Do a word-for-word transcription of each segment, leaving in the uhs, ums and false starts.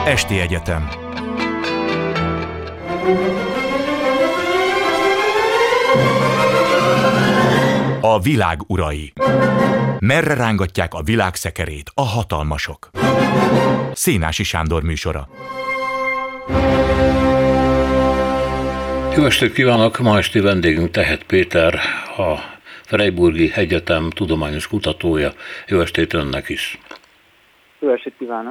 Esti Egyetem. A világ urai. Merre rángatják a világ szekerét a hatalmasok? Szénási Sándor műsora. Jó estét kívánok! Ma esti vendégünk Tehet Péter, a Freiburgi Egyetem tudományos kutatója. Jó estét önnek is! Jó estét kívánok!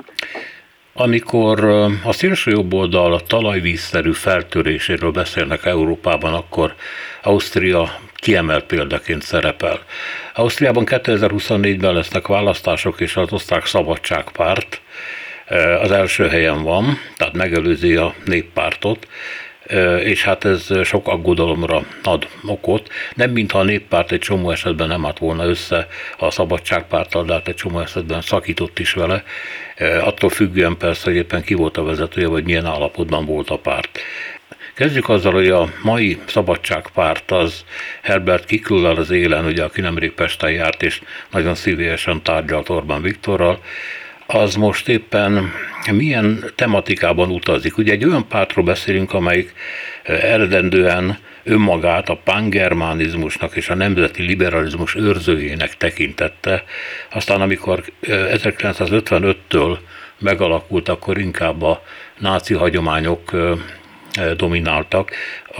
Amikor a szélső jobb oldal a talajvízszerű feltöréséről beszélnek Európában, akkor Ausztria kiemelt példaként szerepel. Ausztriában kétezer-huszonnégyben lesznek választások, és az Osztrák Szabadságpárt az első helyen van, tehát megelőzi a Néppártot, és hát ez sok aggodalomra ad okot. Nem mintha a Néppárt egy csomó esetben nem állt volna össze a Szabadságpárttal, de hát egy csomó esetben szakított is vele, attól függően persze, hogy éppen ki volt a vezetője, vagy milyen állapotban volt a párt. Kezdjük azzal, hogy a mai Szabadságpárt az Herbert Kickl-lel az élen, ugye, aki nemrég Pesten járt, és nagyon szívélyesen tárgyalt Orbán Viktorral, az most éppen milyen tematikában utazik. Ugye egy olyan pártról beszélünk, amelyik eredendően önmagát a pangermanizmusnak és a nemzeti liberalizmus őrzőjének tekintette. Aztán amikor ezerkilencszázötvenöttől megalakult, akkor inkább a náci hagyományok domináltak. A,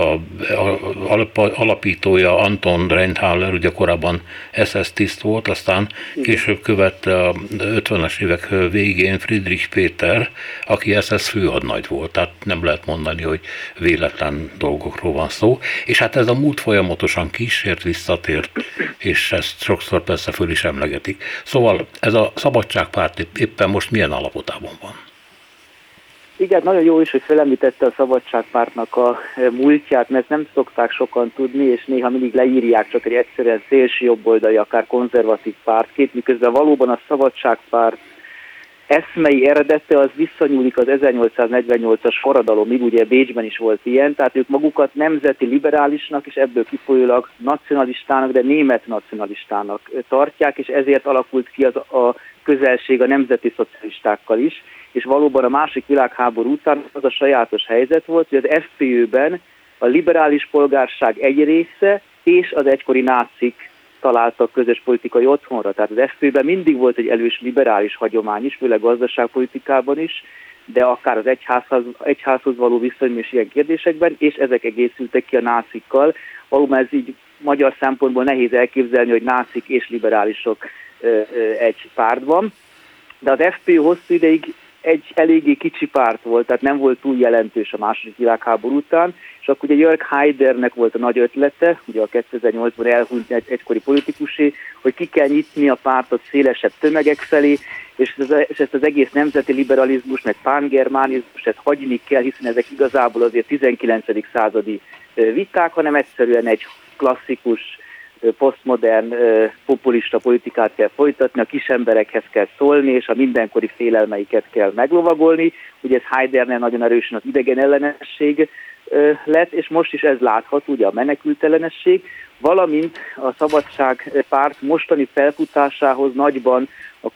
a, alapítója Anton Reinhaller, ugye korábban es es tiszt volt, aztán később követte a ötvenes évek végén Friedrich Péter, aki es es főhadnagy volt, tehát nem lehet mondani, hogy véletlen dolgokról van szó, és hát ez a múlt folyamatosan kísért, visszatért, és ezt sokszor persze föl is emlegetik. Szóval ez a Szabadságpárt éppen most milyen állapotában van? Igen, nagyon jó is, hogy felemlítette a Szabadságpártnak a múltját, mert nem szokták sokan tudni, és néha mindig leírják csak egy egyszerűen szélső jobboldali, akár konzervatív pártként, miközben valóban a Szabadságpárt eszmei eredete az visszanyúlik az ezernyolcszáznegyvennyolcas forradalomig, ugye Bécsben is volt ilyen, tehát ők magukat nemzeti liberálisnak és ebből kifolyólag nacionalistának, de német nacionalistának tartják, és ezért alakult ki az a közelség a nemzeti szocialistákkal is, és valóban a második világháború után az a sajátos helyzet volt, hogy az ef pé ö-ben a liberális polgárság egy része és az egykori nácik találtak közös politikai otthonra. Tehát az ef pé ö-ben mindig volt egy erős liberális hagyomány is, főleg gazdaságpolitikában is, de akár az egyházhoz, egyházhoz való viszonyban is ilyen kérdésekben, és ezek egészültek ki a nácikkal. Valóban ez így magyar szempontból nehéz elképzelni, hogy nácik és liberálisok ö, ö, egy pártban. De az ef pé ö hosszú ideig egy eléggé kicsi párt volt, tehát nem volt túl jelentős a második világháború után, és akkor ugye Jörg Haidernek volt a nagy ötlete, ugye a kétezer-nyolcban elhunyt egy egykori politikusé, hogy ki kell nyitni a pártot szélesebb tömegek felé, és ezt az egész nemzeti liberalizmus, meg pangermanizmus, ezt hagyni kell, hiszen ezek igazából azért tizenkilencedik századi viták, hanem egyszerűen egy klasszikus, posztmodern, populista politikát kell folytatni, a kis emberekhez kell szólni, és a mindenkori félelmeiket kell meglovagolni. Ugye ez Haidernél nagyon erősen az idegen ellenesség lett, és most is ez látható, ugye a menekült ellenesség, valamint a Szabadságpárt mostani felfutásához nagyban a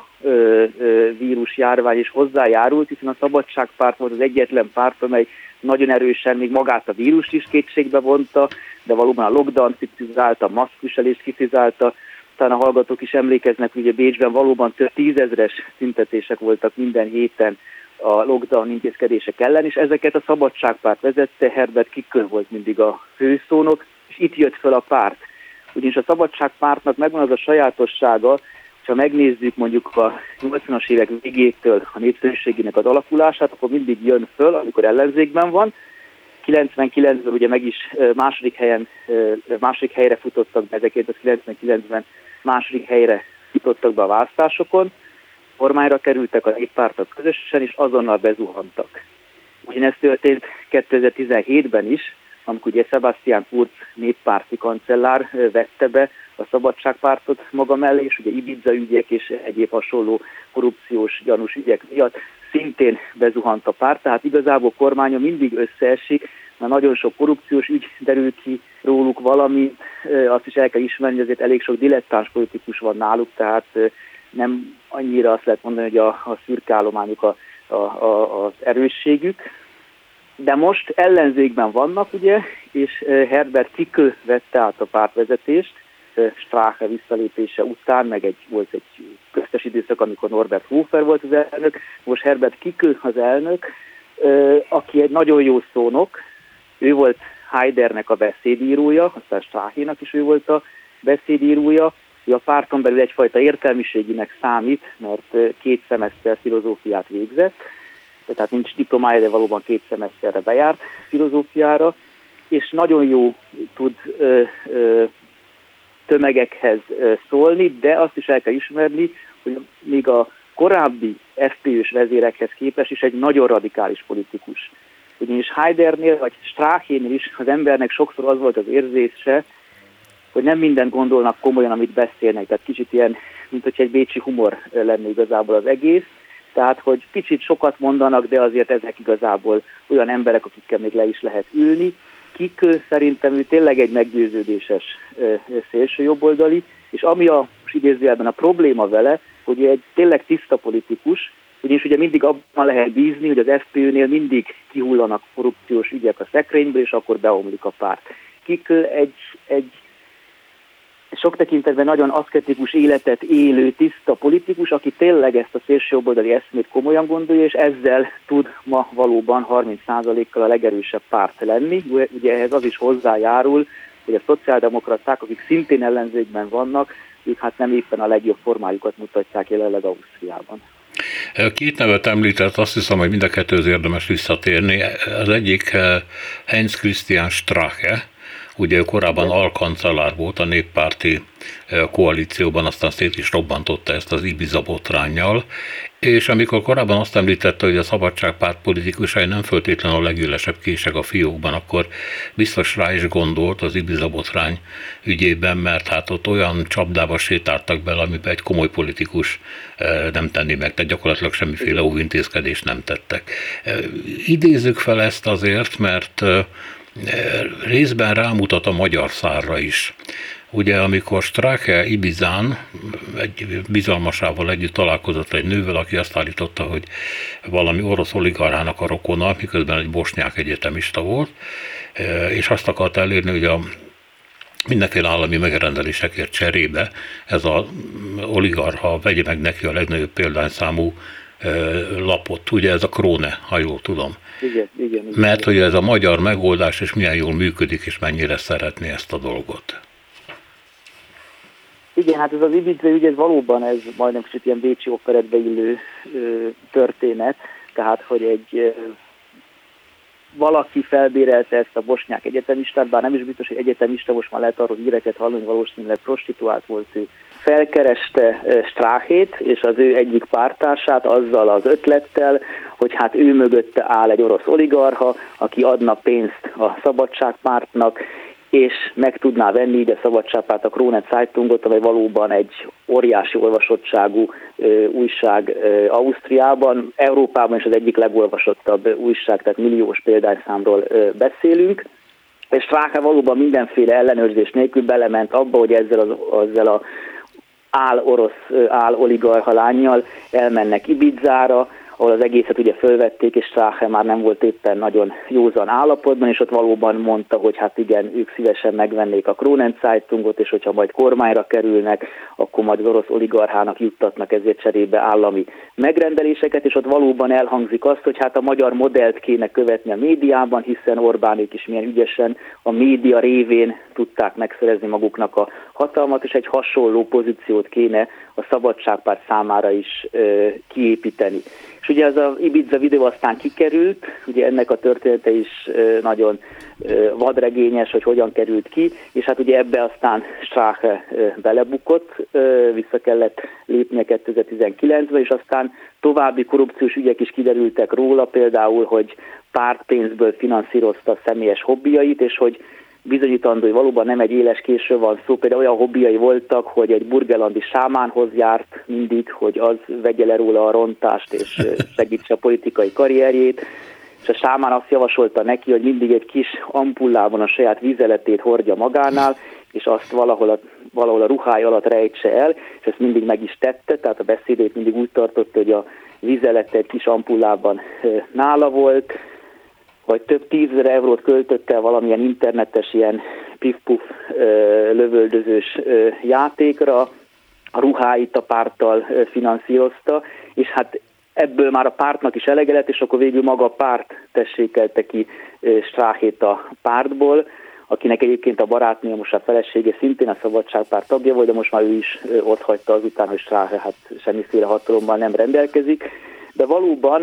koronavírus járvány is hozzájárult, hiszen a Szabadságpárt volt az egyetlen párt, amely nagyon erősen még magát a vírust is kétségbe vonta, de valóban a lockdown kritizálta, a maszkviselést kritizálta. Talán a hallgatók is emlékeznek, hogy ugye Bécsben valóban több tízezres tüntetések voltak minden héten a lockdown intézkedések ellen, és ezeket a Szabadságpárt vezette, Herbert Kickl volt mindig a főszónok, és itt jött fel a párt. Ugyanis a Szabadságpártnak megvan az a sajátossága, ha megnézzük mondjuk a nyolcvanas évek végétől a népszerűségének az alakulását, akkor mindig jön föl, amikor ellenzékben van. kilencvenkilencben ugye meg is második helyen, második helyre futottak be, ezerkilencszázkilencvenkilencben második helyre futottak be a választásokon, kormányra kerültek a néppártok közösen, és azonnal bezuhantak. Ugyanezt történt kétezer-tizenhétben is, amikor ugye Sebastian Kurz néppárti kancellár vette be a Szabadságpártot maga mellé, és ugye Ibiza ügyek és egyéb hasonló korrupciós gyanús ügyek miatt szintén bezuhant a párt, tehát igazából kormánya mindig összeesik, mert nagyon sok korrupciós ügy derül ki róluk, valamint azt is el kell ismerni, hogy azért elég sok dilettáns politikus van náluk, tehát nem annyira azt lehet mondani, hogy a, a szürkállományuk a, a, a, az erősségük. De most ellenzékben vannak, ugye, és Herbert Kickl vette át a pártvezetést, Strache visszalépése után, meg egy, volt egy köztes időszak, amikor Norbert Hofer volt az elnök, most Herbert Kickl az elnök, aki egy nagyon jó szónok, ő volt Haidernek a beszédírója, aztán Strachénak is ő volt a beszédírója, ő a párton belül egyfajta értelmiséginek számít, mert két szemeszter filozófiát végzett, tehát nincs diplomája, de valóban két szemeszterre bejárt filozófiára, és nagyon jó tud ö, ö, tömegekhez ö, szólni, de azt is el kell ismerni, hogy még a korábbi ef pé ö-s vezérekhez képest is egy nagyon radikális politikus. Ugyanis Haidernél vagy Strachénél is az embernek sokszor az volt az érzése, hogy nem mindent gondolnak komolyan, amit beszélnek, tehát kicsit ilyen, mint hogyha egy bécsi humor lenne igazából az egész, tehát hogy kicsit sokat mondanak, de azért ezek igazából olyan emberek, akikkel még le is lehet ülni. Kickl szerintem ő tényleg egy meggyőződéses szélsőjobboldali, és ami a idézőjelben a probléma vele, hogy egy tényleg tiszta politikus, ugyanis ugye mindig abban lehet bízni, hogy az ef pé ö-nél mindig kihullanak korrupciós ügyek a szekrényből, és akkor beomlik a párt. Kickl egy, egy sok tekintetben nagyon aszketikus életet élő, tiszta politikus, aki tényleg ezt a szélsőjobboldali eszmét komolyan gondolja, és ezzel tud ma valóban harminc százalékkal a legerősebb párt lenni. Ugye ehhez az is hozzájárul, hogy a szociáldemokraták, akik szintén ellenzékben vannak, ők hát nem éppen a legjobb formájukat mutatják jelenleg Ausztriában. Két nevet említett, azt hiszem, hogy mind a kettőhöz érdemes visszatérni. Az egyik Heinz Christian Strache, ugye korábban alkancellár volt a néppárti koalícióban, aztán szét is robbantotta ezt az Ibiza botránnyal, és amikor korábban azt említette, hogy a Szabadságpárt politikusai nem föltétlenül a legélesebb kések a fiókban, akkor biztos rá is gondolt az Ibiza botrány ügyében, mert hát ott olyan csapdába sétáltak bele, amiben egy komoly politikus nem tenni meg, tehát gyakorlatilag semmiféle óvintézkedést nem tettek. Idézzük fel ezt azért, mert részben rámutat a magyar szárra is. Ugye, amikor Strache Ibizán egy bizalmasával együtt találkozott egy nővel, aki azt állította, hogy valami orosz oligarchának a rokona, miközben egy bosnyák egyetemista volt, és azt akart elérni, hogy a mindenféle állami megrendelésekért cserébe ez az oligarcha vegye meg neki a legnagyobb példányszámú lapot, ugye ez a Krone, ha jól tudom. Igen, igen, igen. Mert hogy ez a magyar megoldás, és milyen jól működik, és mennyire szeretné ezt a dolgot. Igen, hát ez az Ibiza ügy, ez valóban ez majdnem kicsit ilyen bécsi operettbe illő ö, történet, tehát hogy egy ö, valaki felbérelte ezt a bosnyák egyetemistát, bár nem is biztos, hogy egyetemista, most már lehet arról híreket hallani, valószínűleg prostituált volt ő. Felkereste Strachét és az ő egyik pártársát azzal az ötlettel, hogy hát ő mögötte áll egy orosz oligarcha, aki adna pénzt a Szabadságpártnak, és meg tudná venni így a Szabadságpárt a Krone Zeitungot, amely valóban egy óriási olvasottságú ö, újság ö, Ausztriában, Európában is az egyik legolvasottabb újság, tehát milliós példányszámról ö, beszélünk. És Strache valóban mindenféle ellenőrzés nélkül belement abba, hogy ezzel, az, ezzel a áll-orosz, áll-oligarcha lánnyal elmennek Ibizára, ahol az egészet ugye fölvették, és Strache már nem volt éppen nagyon józan állapotban, és ott valóban mondta, hogy hát igen, ők szívesen megvennék a Krone Zeitungot, és hogyha majd kormányra kerülnek, akkor majd az orosz oligarchának juttatnak ezért cserébe állami megrendeléseket, és ott valóban elhangzik azt, hogy hát a magyar modellt kéne követni a médiában, hiszen Orbánék is milyen ügyesen a média révén tudták megszerezni maguknak a hatalmat, és egy hasonló pozíciót kéne a Szabadságpárt számára is ö, kiépíteni. És ugye ez az Ibiza videó aztán kikerült, ugye ennek a története is ö, nagyon ö, vadregényes, hogy hogyan került ki, és hát ugye ebbe aztán Strache ö, belebukott, ö, vissza kellett lépnie kétezer-tizenkilencben, és aztán további korrupciós ügyek is kiderültek róla, például, hogy pártpénzből finanszírozta a személyes hobbijait, és hogy bizonyítandó, hogy valóban nem egy éles késről van szó, például olyan hobbiai voltak, hogy egy burgelandi sámánhoz járt mindig, hogy az vegye le róla a rontást és segítse a politikai karrierjét, és a sámán azt javasolta neki, hogy mindig egy kis ampullában a saját vizeletét hordja magánál, és azt valahol a, valahol a ruhája alatt rejtse el, és ezt mindig meg is tette, tehát a beszédét mindig úgy tartotta, hogy a vizelet egy kis ampullában nála volt, vagy több tízezer eurót költött el valamilyen internetes ilyen pif-puf lövöldözős játékra, a ruháit a párttal finanszírozta, és hát ebből már a pártnak is elege lett, és akkor végül maga a párt tessékelte ki Strachét a pártból, akinek egyébként a barátnője, most a felesége szintén a Szabadságpárt tagja volt, de most már ő is ott hagyta azután, hogy Strache hát semmiféle hatalommal nem rendelkezik. De valóban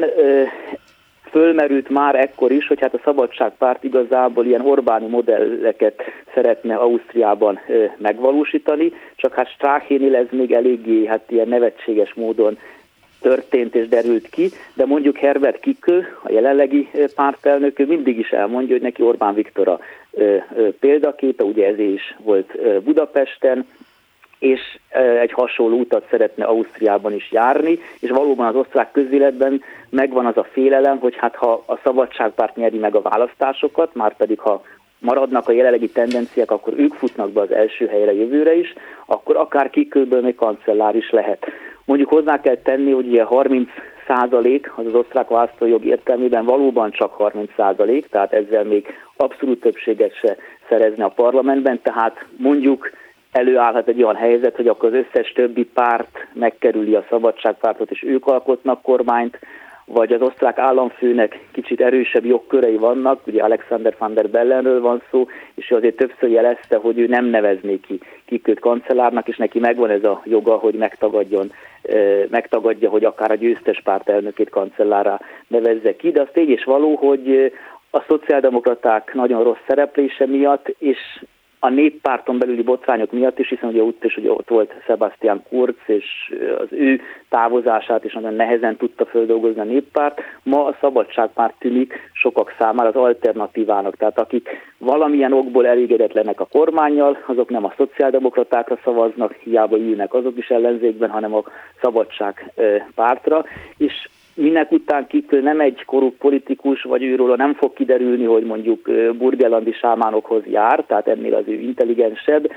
fölmerült már ekkor is, hogy hát a Szabadságpárt igazából ilyen Orbáni modelleket szeretne Ausztriában megvalósítani, csak hát Strachénél ez még eléggé hát ilyen nevetséges módon történt és derült ki, de mondjuk Herbert Kickl, a jelenlegi pártelnök, ő mindig is elmondja, hogy neki Orbán Viktor a példaképe, ugye ezért is volt Budapesten, és egy hasonló utat szeretne Ausztriában is járni, és valóban az osztrák közéletben megvan az a félelem, hogy hát ha a Szabadságpárt nyeri meg a választásokat, már pedig ha maradnak a jelenlegi tendenciák, akkor ők futnak be az első helyre jövőre is, akkor akár Kicklből még kancellár is lehet. Mondjuk hozzá kell tenni, hogy ugye harminc százalék, az az osztrák választójog értelmében valóban csak harminc százalék, tehát ezzel még abszolút többséget se szerezne a parlamentben, tehát mondjuk előállhat egy olyan helyzet, hogy akkor az összes többi párt megkerüli a Szabadságpártot, és ők alkotnak kormányt, vagy az osztrák államfőnek kicsit erősebb jogkörei vannak, ugye Alexander van der Bellenről van szó, és ő azért többször jelezte, hogy ő nem nevezné ki Kicklt kancellárnak, és neki megvan ez a joga, hogy megtagadjon, megtagadja, hogy akár a győztes párt elnökét kancellárrá nevezze ki, de az tény és való, hogy a szociáldemokraták nagyon rossz szereplése miatt, és a néppárton belüli botrányok miatt is, hiszen ugye ott is ugye ott volt Sebastian Kurz, és az ő távozását is nagyon nehezen tudta földolgozni a néppárt. Ma a Szabadságpárt tűnik sokak számára az alternatívának, tehát akik valamilyen okból elégedetlenek a kormánnyal, azok nem a szociáldemokratákra szavaznak, hiába ülnek azok is ellenzékben, hanem a Szabadságpártra, és minek után Kickl nem egy korrupt politikus, vagy őróla nem fog kiderülni, hogy mondjuk burgenlandi sámánokhoz jár, tehát ennél az ő intelligensebb.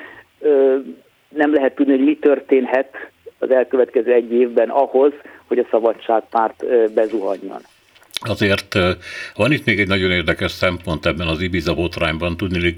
Nem lehet tudni, hogy mi történhet az elkövetkező egy évben ahhoz, hogy a Szabadságpárt bezuhanjon. Azért van itt még egy nagyon érdekes szempont ebben az Ibiza botrányban, tudni,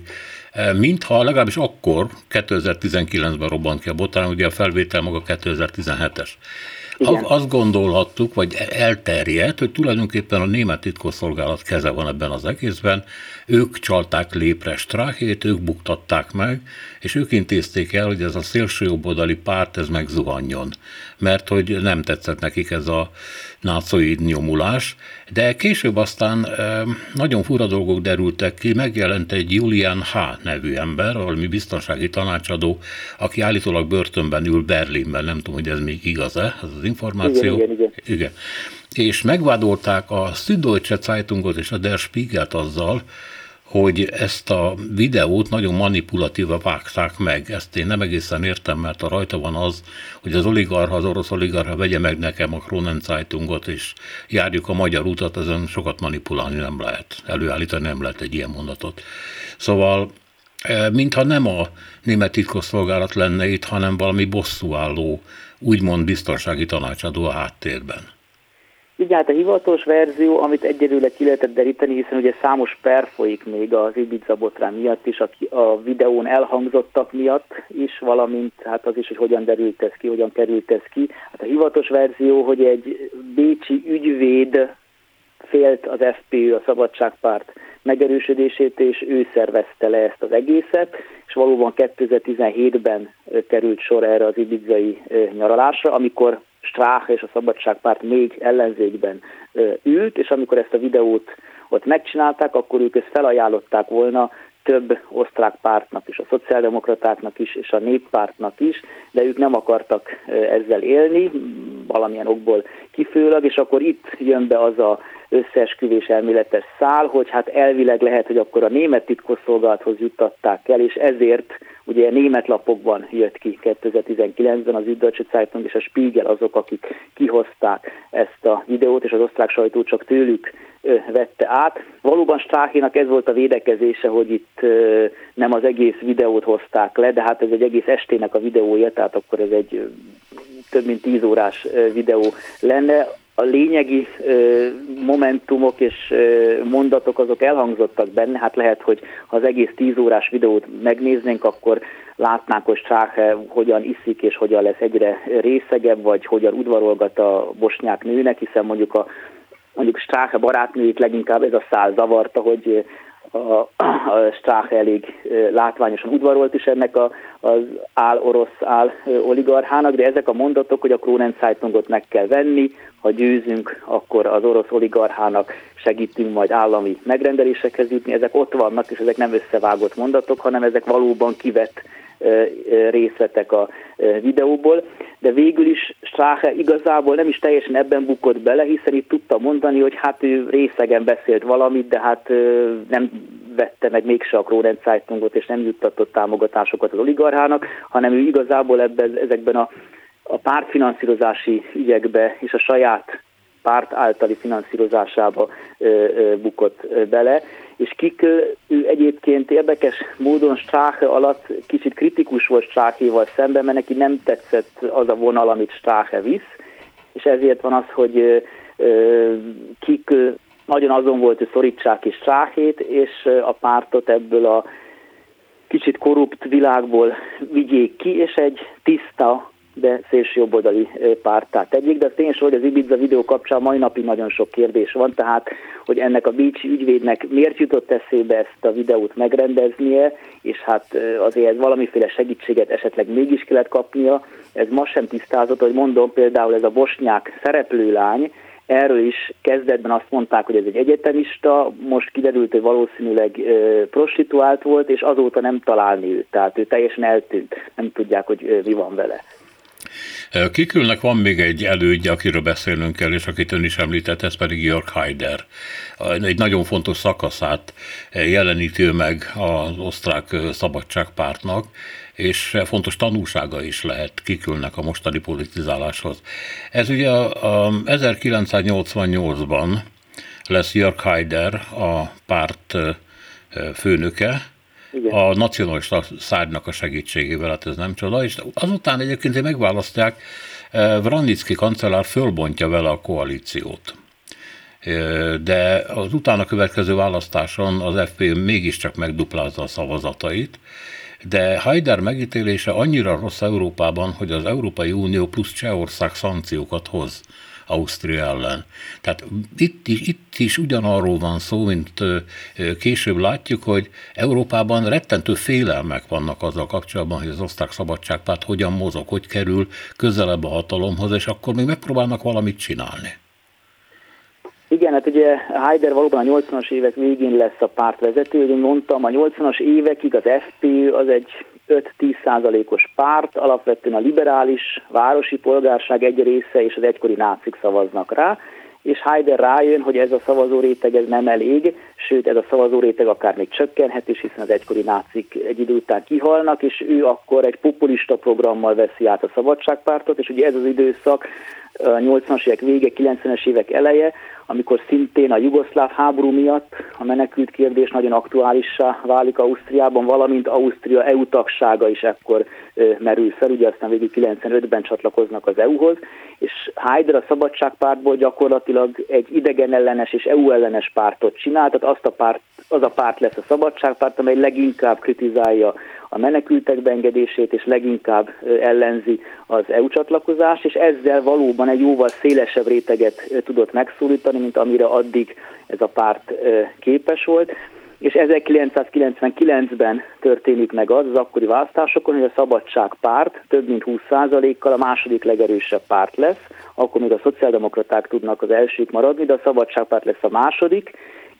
mintha legalábbis akkor, kétezer-tizenkilencben robbant ki a botrány, ugye a felvétel maga kétezer-tizenhetes. Igen. Azt gondolhattuk, vagy elterjedt, hogy tulajdonképpen a német titkosszolgálat keze van ebben az egészben, ők csalták lépre Strachét, ők buktatták meg, és ők intézték el, hogy ez a szélsőjobboldali párt ez megzuhanjon, mert hogy nem tetszett nekik ez a nácoid nyomulás, de később aztán nagyon fura dolgok derültek ki, megjelent egy Julian H. nevű ember, valami biztonsági tanácsadó, aki állítólag börtönben ül Berlinben, nem tudom, hogy ez még igaz-e, ez az információ. Igen, igen, igen. igen. És megvádolták a Süddeutsche Zeitungot és a Der Spiegelt azzal, hogy ezt a videót nagyon manipulatíva vágták meg. Ezt én nem egészen értem, mert a rajta van az, hogy az oligarha, az orosz oligarha vegye meg nekem a Kronen Zeitungot, és járjuk a magyar utat, ezen sokat manipulálni nem lehet, előállítani nem lehet egy ilyen mondatot. Szóval, mintha nem a német titkosszolgálat lenne itt, hanem valami bosszúálló, úgymond biztonsági tanácsadó a háttérben. Igen, hát a hivatalos verzió, amit egyelőre ki lehetett deríteni, hiszen ugye számos per folyik még az Ibiza botrány miatt is, a videón elhangzottak miatt is, valamint hát az is, hogy hogyan derült ez ki, hogyan került ez ki. Hát a hivatalos verzió, hogy egy bécsi ügyvéd félt az ef pé ö, a Szabadságpárt megerősödését, és ő szervezte le ezt az egészet, és valóban kétezer-tizenhétben került sor erre az ibizai nyaralásra, amikor Strache és a Szabadságpárt még ellenzékben ült, és amikor ezt a videót ott megcsinálták, akkor ők ezt felajánlották volna több osztrák pártnak is, a szociáldemokratáknak is, és a néppártnak is, de ők nem akartak ezzel élni, valamilyen okból kifőleg, és akkor itt jön be az a összeesküvés elméletes szál, hogy hát elvileg lehet, hogy akkor a német titkosszolgálathoz juttatták el, és ezért ugye német lapokban jött ki kétezer-tizenkilencben az Süddeutsche Zeitung és a Spiegel azok, akik kihozták ezt a videót, és az osztrák sajtó csak tőlük vette át. Valóban Strachénak ez volt a védekezése, hogy itt nem az egész videót hozták le, de hát ez egy egész estének a videója, tehát akkor ez egy több mint tíz órás videó lenne. A lényegi momentumok és mondatok azok elhangzottak benne, hát lehet, hogy ha az egész tíz órás videót megnéznénk, akkor látnánk, hogy Strache hogyan iszik és hogyan lesz egyre részegebb, vagy hogyan udvarolgat a bosnyák nőnek, hiszen mondjuk a mondjuk Strache barátnőjét leginkább ez a szál zavarta, hogy a, a Strache elég látványosan udvarolt is ennek a, az áll-orosz áll-oligarchának, de ezek a mondatok, hogy a Kronen Zeitungot meg kell venni, ha győzünk, akkor az orosz oligarchának segítünk majd állami megrendelésekhez jutni, ezek ott vannak, és ezek nem összevágott mondatok, hanem ezek valóban kivett részletek a videóból, de végül is Strache igazából nem is teljesen ebben bukott bele, hiszen itt tudta mondani, hogy hát ő részegen beszélt valamit, de hát nem vette meg mégse a Kronen Zeitungot, és nem juttatott támogatásokat az oligarchának, hanem ő igazából ebben, ezekben a, a pártfinanszírozási ügyekbe és a saját párt általi finanszírozásába ö, ö, bukott ö, bele, és kik ő egyébként érdekes módon Strache alatt kicsit kritikus volt Strachéval szemben, mert neki nem tetszett az a vonal, amit Strache visz, és ezért van az, hogy ö, ö, kik nagyon azon volt, hogy szorítsák is Strachét, és a pártot ebből a kicsit korrupt világból vigyék ki, és egy tiszta, de szélsőjobboldali párttá tegyék, de az tényleg, hogy az Ibiza videó kapcsán mai napig nagyon sok kérdés van, tehát, hogy ennek a bécsi ügyvédnek miért jutott eszébe ezt a videót megrendeznie, és hát azért valamiféle segítséget esetleg mégis kellett kapnia, ez ma sem tisztázott, hogy mondom, például ez a bosnyák szereplőlány, erről is kezdetben azt mondták, hogy ez egy egyetemista, most kiderült, hogy valószínűleg e, prostituált volt, és azóta nem találni őt, tehát ő teljesen eltűnt, nem tudják, hogy e, mi van vele. Kikülnek van még egy elődje, akiről beszélnünk kell, és akit ön is említett, ez pedig Jörg Haider. Egy nagyon fontos szakaszát jeleníti ő meg az osztrák szabadságpártnak, és fontos tanulsága is lehet Kikülnek a mostani politizáláshoz. Ez ugye a ezerkilencszáznyolcvannyolcban lesz Jörg Haider a párt főnöke, igen, a nacionalista szárnynak a segítségével, hát ez nem csoda, és azután egyébként megválasztják, Vranitzky kancellár fölbontja vele a koalíciót. De az utána következő választáson az ef pé mégiscsak megduplázza a szavazatait, de Haider megítélése annyira rossz Európában, hogy az Európai Unió plusz Csehország szankciókat hoz Ausztria ellen. Tehát itt is, itt is ugyanarról van szó, mint később látjuk, hogy Európában rettentő félelmek vannak azzal kapcsolatban, hogy az osztrák szabadságpárt hogyan mozog, hogy kerül közelebb a hatalomhoz, és akkor még megpróbálnak valamit csinálni. Igen, hát ugye Haider valóban a nyolcvanas évek végén lesz a pártvezető, hogy mondtam, a nyolcvanas évekig az ef pé az egy öt-tíz százalékos párt, alapvetően a liberális városi polgárság egy része és az egykori nácik szavaznak rá, és Haider rájön, hogy ez a szavazóréteg ez nem elég, sőt ez a szavazóréteg akár még csökkenhet is, hiszen az egykori nácik egy idő után kihalnak, és ő akkor egy populista programmal veszi át a szabadságpártot, és ugye ez az időszak, a nyolcvanas évek vége, kilencvenes évek eleje, amikor szintén a jugoszláv háború miatt a menekült kérdés nagyon aktuálissá válik Ausztriában, valamint Ausztria é u tagsága is ekkor ö, merül fel, ugye aztán végül kilencvenötben csatlakoznak az é u-hoz, és Haider a szabadságpártból gyakorlatilag egy idegenellenes és é u ellenes pártot csinált, tehát azt a párt, az a párt lesz a szabadságpárt, amely leginkább kritizálja a menekültek beengedését, és leginkább ellenzi az é u csatlakozást, és ezzel valóban egy jóval szélesebb réteget tudott megszólítani, mint amire addig ez a párt képes volt. És ezerkilencszázkilencvenkilencben történik meg az, az akkori választásokon, hogy a Szabadságpárt több mint húsz százalékkal a második legerősebb párt lesz, akkor még a szociáldemokraták tudnak az elsők maradni, de a Szabadságpárt lesz a második,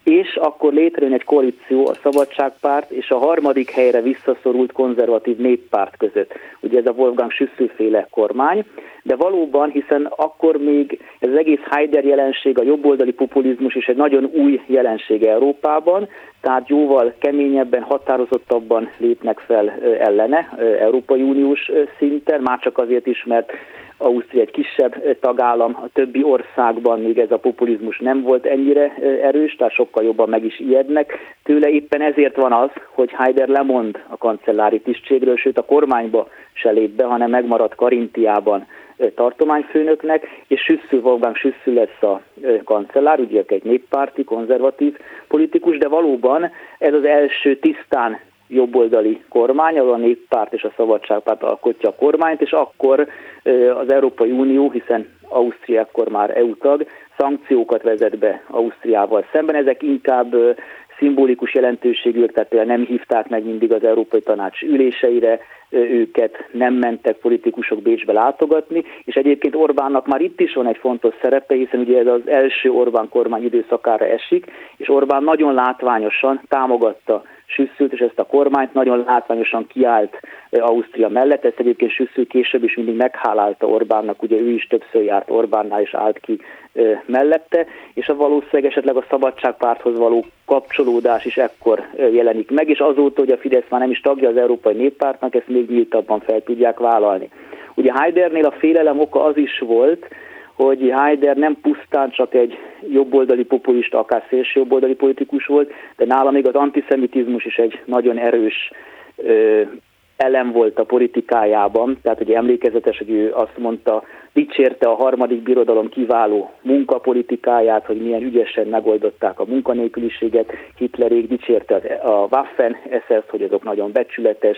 és akkor létrejön egy koalíció a Szabadságpárt és a harmadik helyre visszaszorult konzervatív néppárt között. Ugye ez a Wolfgang Schüssel-féle kormány, de valóban, hiszen akkor még ez az egész Haider jelenség, a jobboldali populizmus is egy nagyon új jelenség Európában, tehát jóval keményebben, határozottabban lépnek fel ellene Európai Uniós szinten, már csak azért is, mert Ausztria egy kisebb tagállam, a többi országban még ez a populizmus nem volt ennyire erős, tehát sokkal jobban meg is ijednek. Tőle éppen ezért van az, hogy Haider lemond a kancellári tisztségről, sőt a kormányba se lép be, hanem megmaradt Karintiában tartományfőnöknek, és Schüssel, Wolfgang Schüssel lesz a kancellár, ugye egy néppárti, konzervatív politikus, de valóban ez az első tisztán jobboldali kormány, ahol a néppárt és a Szabadságpárt alkotja a kormányt, és akkor az Európai Unió, hiszen Ausztria akkor már é u tag, szankciókat vezet be Ausztriával szemben. Ezek inkább szimbolikus jelentőségűek, tehát például nem hívták meg mindig az Európai Tanács üléseire őket, nem mentek politikusok Bécsbe látogatni, és egyébként Orbánnak már itt is van egy fontos szerepe, hiszen ugye ez az első Orbán kormány időszakára esik, és Orbán nagyon látványosan támogatta Schüsszelt és ezt a kormányt, nagyon látványosan kiállt Ausztria mellett, ezt egyébként Schüssel később is mindig meghálálta Orbánnak, ugye ő is többször járt Orbánnál és állt ki mellette, és a valószínűleg esetleg a Szabadságpárthoz való kapcsolódás is ekkor jelenik meg, és azóta, hogy a Fidesz már nem is tagja az Európai Néppártnak, ezt még nyíltabban fel tudják vállalni. Ugye Haidernél a félelem oka az is volt, hogy Haider nem pusztán csak egy jobboldali populista, akár szélsőjobboldali politikus volt, de nála még az antiszemitizmus is egy nagyon erős ö, elem volt a politikájában. Tehát ugye emlékezetes, hogy ő azt mondta, dicsérte a harmadik birodalom kiváló munkapolitikáját, hogy milyen ügyesen megoldották a munkanélküliséget. Hitlerék dicsérte a Waffen-es es, hogy azok nagyon becsületes,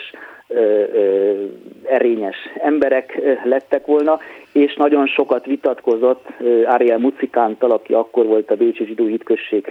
erényes emberek lettek volna, és nagyon sokat vitatkozott Ariel Mucikántal, aki akkor volt a Bécsi Zsidó Hitközség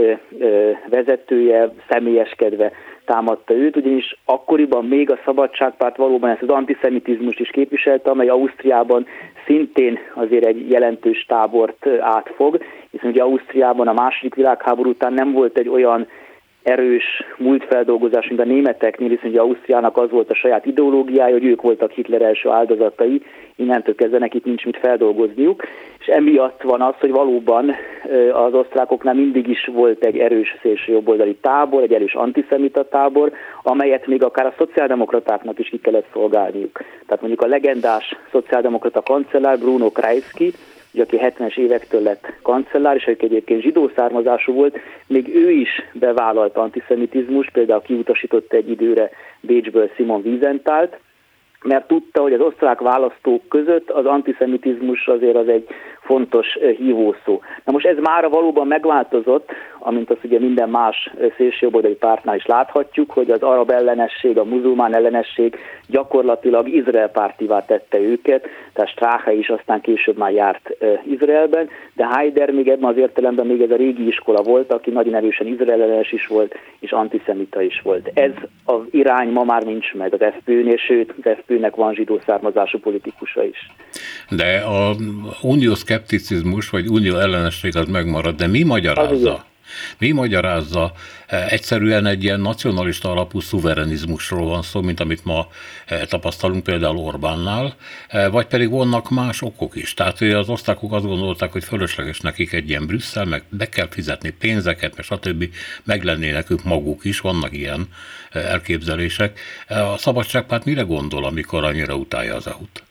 vezetője, személyeskedve támadta őt, ugyanis akkoriban még a Szabadságpárt valóban ezt az antiszemitizmust is képviselte, amely Ausztriában szintén azért egy jelentős tábort átfog, hiszen ugye Ausztriában a második világháború után nem volt egy olyan erős múltfeldolgozás, mint a németeknél, hiszen ugye Ausztriának az volt a saját ideológiája, hogy ők voltak Hitler első áldozatai, innentől kezdve nekik nincs mit feldolgozniuk, és emiatt van az, hogy valóban az osztrákoknál mindig is volt egy erős szélsőjobboldali tábor, egy erős antiszemita tábor, amelyet még akár a szociáldemokratáknak is ki kellett szolgálniuk. Tehát mondjuk a legendás szociáldemokrata kancellár Bruno Kreisky, ugye, aki hetvenes évektől lett kancellár, és aki egyébként zsidó származású volt, még ő is bevállalt antiszemitizmust, például kiutasított egy időre Bécsből Simon Wiesenthalt, mert tudta, hogy az osztrák választók között az antiszemitizmus azért az egy fontos hívószó. Na most ez mára valóban megváltozott, amint azt ugye minden más szélsőjobboldali pártnál is láthatjuk, hogy az arab ellenesség, a muzulmán ellenesség gyakorlatilag Izrael pártivá tette őket, tehát Strache is aztán később már járt Izraelben, de Haider még ebben az értelemben még ez a régi iskola volt, aki nagyon erősen Izrael ellenes is volt, és antiszemita is volt. Ez az irány ma már nincs meg az ef pé nél, sőt, az ef pé-nek van zsidó származású politikusa is. De a unió szkepticizmus, vagy unió ellenesség az megmarad, de mi magyarázza? Mi magyarázza? Egyszerűen egy ilyen nacionalista alapú szuverenizmusról van szó, mint amit ma tapasztalunk például Orbánnál, vagy pedig vannak más okok is. Tehát az osztrákok azt gondolták, hogy fölösleges nekik egy ilyen Brüsszel, meg be kell fizetni pénzeket, meg stb. Meg lennének ők maguk is, vannak ilyen elképzelések. A Szabadságpárt mire gondol, amikor annyira utálja az é u-t?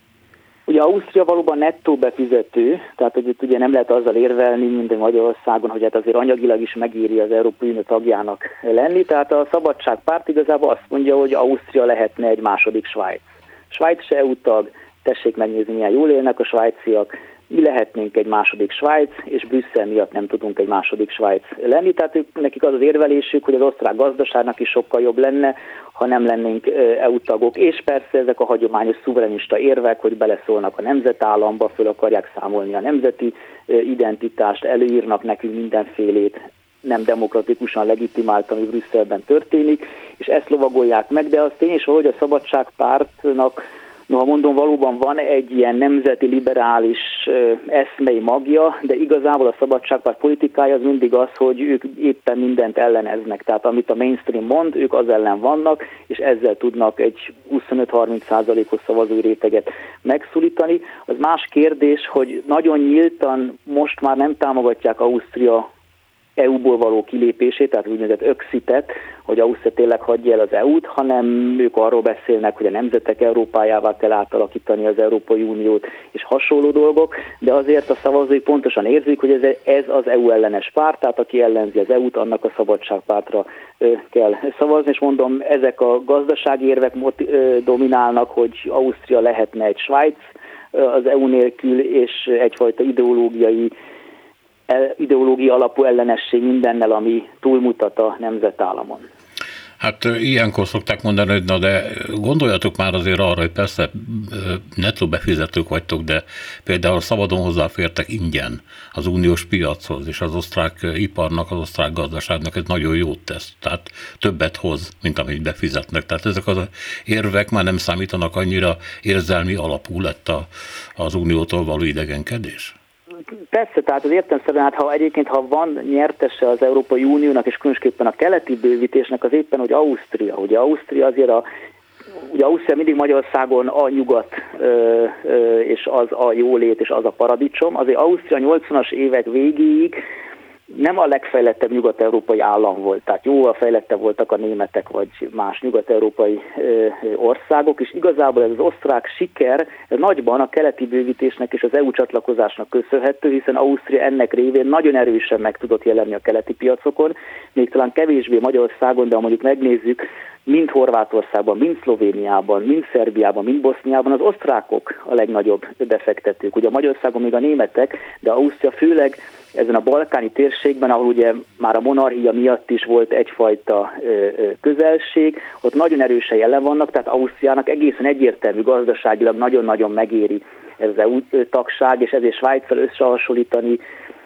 Ugye Ausztria valóban nettó befizető, tehát hogy itt ugye nem lehet azzal érvelni, mint Magyarországon, hogy hát azért anyagilag is megéri az Európai Unió tagjának lenni, tehát a Szabadságpárt igazából azt mondja, hogy Ausztria lehetne egy második Svájc. Svájc se é u tag, tessék megnézni, milyen jól élnek a svájciak, mi lehetnénk egy második Svájc, és Brüsszel miatt nem tudunk egy második Svájc lenni. Tehát ők, nekik az az érvelésük, hogy az osztrák gazdaságnak is sokkal jobb lenne, ha nem lennénk é u tagok. És persze ezek a hagyományos szuverenista érvek, hogy beleszólnak a nemzetállamba, föl akarják számolni a nemzeti identitást, előírnak nekünk mindenfélét, nem demokratikusan legitimált, ami Brüsszelben történik, és ezt lovagolják meg, de az tény is, hogy a Szabadságpártnak Noha mondom, valóban van egy ilyen nemzeti liberális eszmei magja, de igazából a Szabadságpárt politikája az mindig az, hogy ők éppen mindent elleneznek. Tehát amit a mainstream mond, ők az ellen vannak, és ezzel tudnak egy huszonöt-harminc százalékos szavazói réteget megszólítani. Az más kérdés, hogy nagyon nyíltan most már nem támogatják Ausztria é u-ból való kilépését, tehát úgynevezett Öxitet, hogy Ausztria tényleg hagyja el az é u-t, hanem ők arról beszélnek, hogy a nemzetek Európájává kell átalakítani az Európai Uniót, és hasonló dolgok, de azért a szavazói pontosan érzik, hogy ez, ez az é u ellenes párt, tehát aki ellenzi az é u-t, annak a Szabadságpártra kell szavazni, és mondom, ezek a gazdasági érvek dominálnak, hogy Ausztria lehetne egy Svájc az é u nélkül, és egyfajta ideológiai ideológia alapú ellenesség mindennel, ami túlmutat a nemzetállamon. Hát ilyenkor szokták mondani, hogy na de gondoljatok már azért arra, hogy persze nettó befizetők vagytok, de például szabadon hozzáfértek ingyen az uniós piachoz, és az osztrák iparnak, az osztrák gazdaságnak ez nagyon jót tesz, tehát többet hoz, mint amit befizetnek. Tehát ezek az érvek már nem számítanak annyira, érzelmi alapú lett a, az uniótól való idegenkedés. Persze, tehát az értelemszerűen, hát ha egyébként ha van nyertese az Európai Uniónak, és különösképpen a keleti bővítésnek, az éppen, hogy Ausztria. Ugye Ausztria azért a Ugye Ausztria mindig Magyarországon a nyugat, ö, ö, és az a jólét, és az a paradicsom. Azért Ausztria nyolcvanas évek végéig nem a legfejlettebb nyugat-európai állam volt, tehát jóval fejlettebb voltak a németek vagy más nyugat-európai országok, és igazából ez az osztrák siker ez nagyban a keleti bővítésnek és az é u csatlakozásnak köszönhető, hiszen Ausztria ennek révén nagyon erősen meg tudott jelenni a keleti piacokon, még talán kevésbé Magyarországon, de ha mondjuk megnézzük, mind Horvátországban, mind Szlovéniában, mind Szerbiában, mind Boszniában az osztrákok a legnagyobb befektetők. Ugye Magyarországon még a németek, de Ausztria főleg ezen a balkáni térségben, ahol ugye már a monarchia miatt is volt egyfajta közelség, ott nagyon erősen jelen vannak, tehát Ausztriának egészen egyértelmű gazdaságilag nagyon-nagyon megéri ez az é u tagság, és ezért Svájccal összehasonlítani,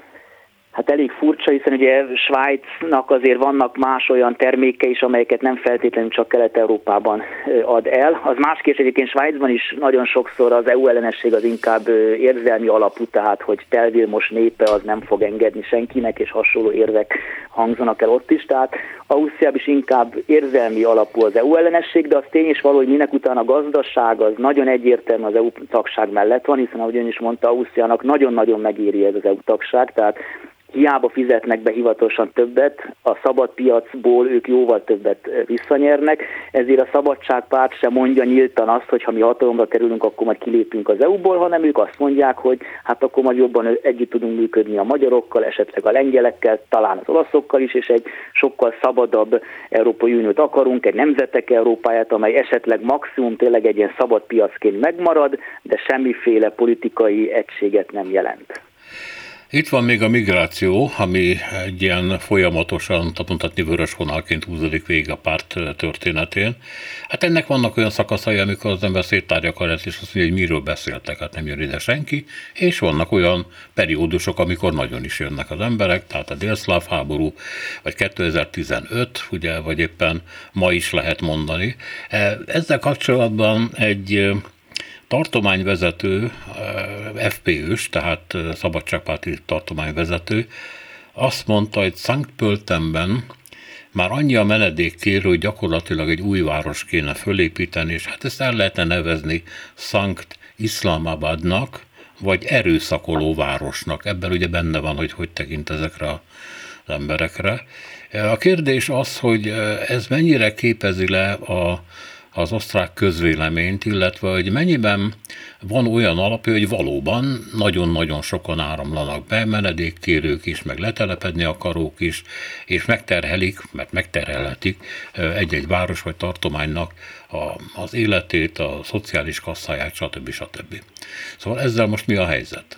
hát elég furcsa, hiszen ugye Svájcnak azért vannak más olyan termékei is, amelyeket nem feltétlenül csak Kelet-Európában ad el. Az más kérdés, egyébként Svájcban is nagyon sokszor az é u ellenesség az inkább érzelmi alapú, tehát hogy Tel Vilmos népe az nem fog engedni senkinek, és hasonló érvek hangzanak el ott is. Tehát Ausztriában is inkább érzelmi alapú az é u ellenesség, de az tény is való, hogy minek után a gazdaság az nagyon egyértelmű az é u tagság mellett van, hiszen ahogy ön is mondta, Ausztriának nagyon-nagyon megéri ez az é u tagság, tehát hiába fizetnek be hivatalosan többet, a szabad piacból ők jóval többet visszanyernek, ezért a Szabadságpárt sem mondja nyíltan azt, hogy ha mi hatalomra kerülünk, akkor majd kilépünk az é u-ból, hanem ők azt mondják, hogy hát akkor majd jobban együtt tudunk működni a magyarokkal, esetleg a lengyelekkel, talán az olaszokkal is, és egy sokkal szabadabb Európai Uniót akarunk, egy nemzetek Európáját, amely esetleg maximum tényleg egy ilyen szabad piacként megmarad, de semmiféle politikai egységet nem jelent. Itt van még a migráció, ami egy ilyen folyamatosan, tehát mondhatni vörös vonalként húzódik végig a párt történetén. Hát ennek vannak olyan szakaszai, amikor az ember széttárja a karját, és azt mondja, hogy miről beszéltek, hát nem jön ide senki, és vannak olyan periódusok, amikor nagyon is jönnek az emberek, tehát a délszláv háború, vagy kétezer-tizenöt, ugye, vagy éppen ma is lehet mondani. Ezzel kapcsolatban egy tartományvezető, ef pé ös, tehát szabadságpárti tartományvezető, azt mondta, hogy Sankt Pöltenben már annyi a menedékkérő, hogy gyakorlatilag egy új város kéne fölépíteni, és hát ezt el lehetne nevezni Sankt Islamabadnak, vagy erőszakoló városnak. Ebben ugye benne van, hogy hogy tekint ezekre az emberekre. A kérdés az, hogy ez mennyire képezi le a az osztrák közvéleményt, illetve hogy mennyiben van olyan alapja, hogy valóban nagyon-nagyon sokan áramlanak be, menedékkérők is, meg letelepedni akarók is, és megterhelik, mert megterhelhetik egy-egy város vagy tartománynak a, az életét, a szociális kasszáját, stb. stb. Szóval ezzel most mi a helyzet?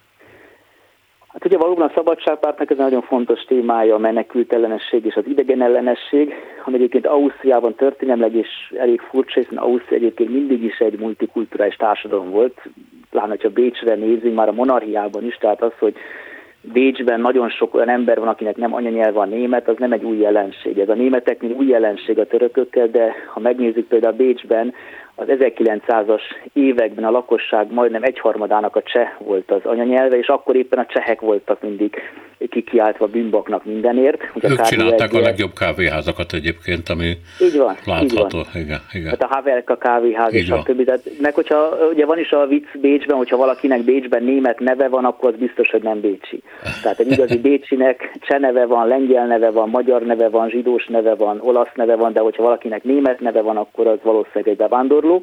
Hát ugye valóban a Szabadságpártnak ez nagyon fontos témája a menekült ellenesség és az idegen ellenesség, ami egyébként Ausztriában történelmileg is elég furcsa, hiszen Ausztria egyébként mindig is egy multikulturális társadalom volt, pláne, hogyha Bécsre nézzünk, már a monarchiában is, tehát az, hogy Bécsben nagyon sok olyan ember van, akinek nem anyanyelve a német, az nem egy új jelenség. Ez a németeknél új jelenség a törökökkel, de ha megnézzük például Bécsben, az ezerkilencszázas években a lakosság majdnem egyharmadának a cseh volt az anyanyelve, és akkor éppen a csehek voltak mindig kikiáltva bűnbaknak mindenért. Ugye ők csinálták a legjobb kávéházakat egyébként, ami így van, látható. Így van. Igen, igen. Hát a Havelka kávéház és a többi. Tehát, meg hogyha ugye van is a vicc Bécsben, hogyha valakinek Bécsben német neve van, akkor az biztos, hogy nem bécsi. Tehát egy igazi bécsinek cseh neve van, lengyel neve van, magyar neve van, zsidós neve van, olasz neve van, de hogyha valakinek német neve van, akkor az valószínűleg egy bevándorló.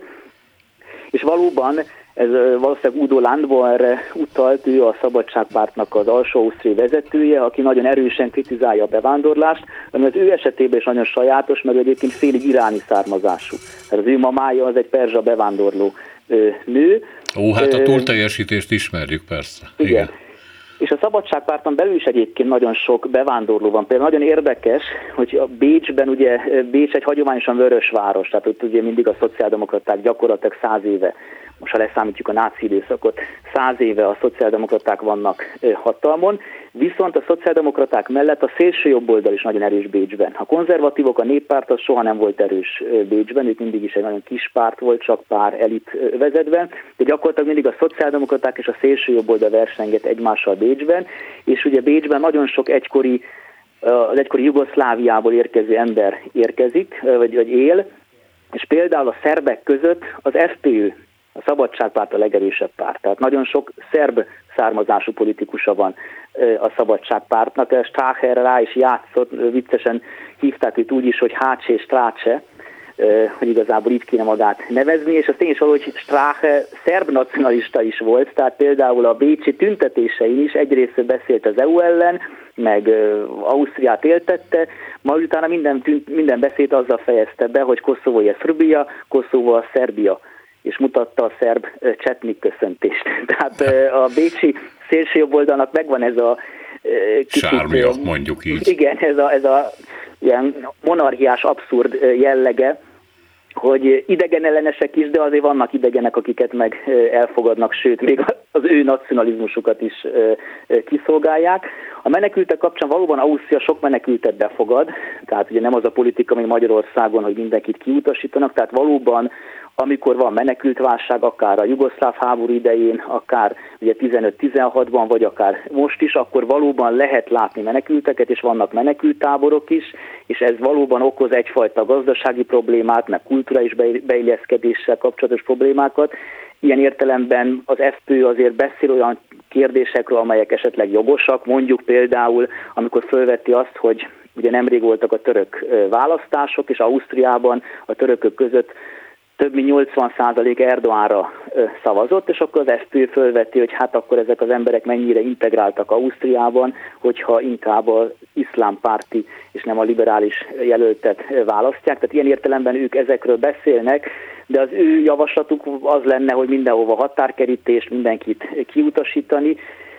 És valóban ez valószínűleg Udo Landbauerre utalt, ő a Szabadságpártnak az alsó-ausztriai vezetője, aki nagyon erősen kritizálja a bevándorlást, ami az ő esetében is nagyon sajátos, mert egyébként félig iráni származású. Tehát az ő mamája az egy perzsa bevándorló nő. Ó, hát a túlteljesítést ismerjük persze. Igen. Igen. És a Szabadságpárton belül is egyébként nagyon sok bevándorló van. Például nagyon érdekes, hogy a Bécsben, ugye Bécs egy hagyományosan vörös város, tehát ott ugye mindig a szociáldemokraták gyakorlatilag száz éve, most ha leszámítjuk a náci időszakot, száz éve a szociáldemokraták vannak hatalmon, viszont a szociáldemokraták mellett a szélső jobboldal is nagyon erős Bécsben. A konzervatívok, a néppárt az soha nem volt erős Bécsben, itt mindig is egy nagyon kis párt volt, csak pár elit vezetben, de gyakorlatilag mindig a szociáldemokraták és a szélső jobboldal versengett egymással Bécsben, és ugye Bécsben nagyon sok egykori, az egykori Jugoszláviából érkező ember érkezik, vagy, vagy él, és például a szerbek között az ef pé u, a Szabadságpárt a legerősebb párt. Tehát nagyon sok szerb származású politikusa van a Szabadságpártnak. Strache rá is játszott, viccesen hívták őt úgy is, hogy Hácse Strácse, hogy igazából így kéne magát nevezni, és az tény is valahogy Strache szerb nacionalista is volt, tehát például a bécsi tüntetésein is egyrészt beszélt az é u ellen, meg Ausztriát éltette, majd utána minden, tünt, minden beszéd azzal fejezte be, hogy Koszovó je Srbija, Koszovó a Szerbia, és mutatta a szerb csetnik köszöntést. Tehát a bécsi szélsőjobboldalnak megvan ez a kicsit, sármia, mondjuk így. Igen, ez a, ez a ilyen monarchiás abszurd jellege, hogy idegenellenesek is, de azért vannak idegenek, akiket meg elfogadnak, sőt, még az ő nacionalizmusukat is kiszolgálják. A menekültek kapcsán valóban Ausztria sok menekültet befogad, tehát ugye nem az a politika, mint Magyarországon, hogy mindenkit kiutasítanak, tehát valóban amikor van menekültválság, akár a jugoszláv háború idején, akár ugye tizenöt-tizenhatban, vagy akár most is, akkor valóban lehet látni menekülteket, és vannak menekülttáborok is, és ez valóban okoz egyfajta gazdasági problémát, meg kulturális beilleszkedéssel kapcsolatos problémákat. Ilyen értelemben az ef pé u azért beszél olyan kérdésekről, amelyek esetleg jogosak, mondjuk például, amikor fölvetti azt, hogy ugye nemrég voltak a török választások, és Ausztriában a törökök között több mint nyolcvan százalék Erdoğanra szavazott, és akkor az ef pé u fölveti, hogy hát akkor ezek az emberek mennyire integráltak Ausztriában, hogyha inkább az iszlámpárti és nem a liberális jelöltet választják. Tehát ilyen értelemben ők ezekről beszélnek, de az ő javaslatuk az lenne, hogy mindenhova határkerítést, mindenkit kiutasítani,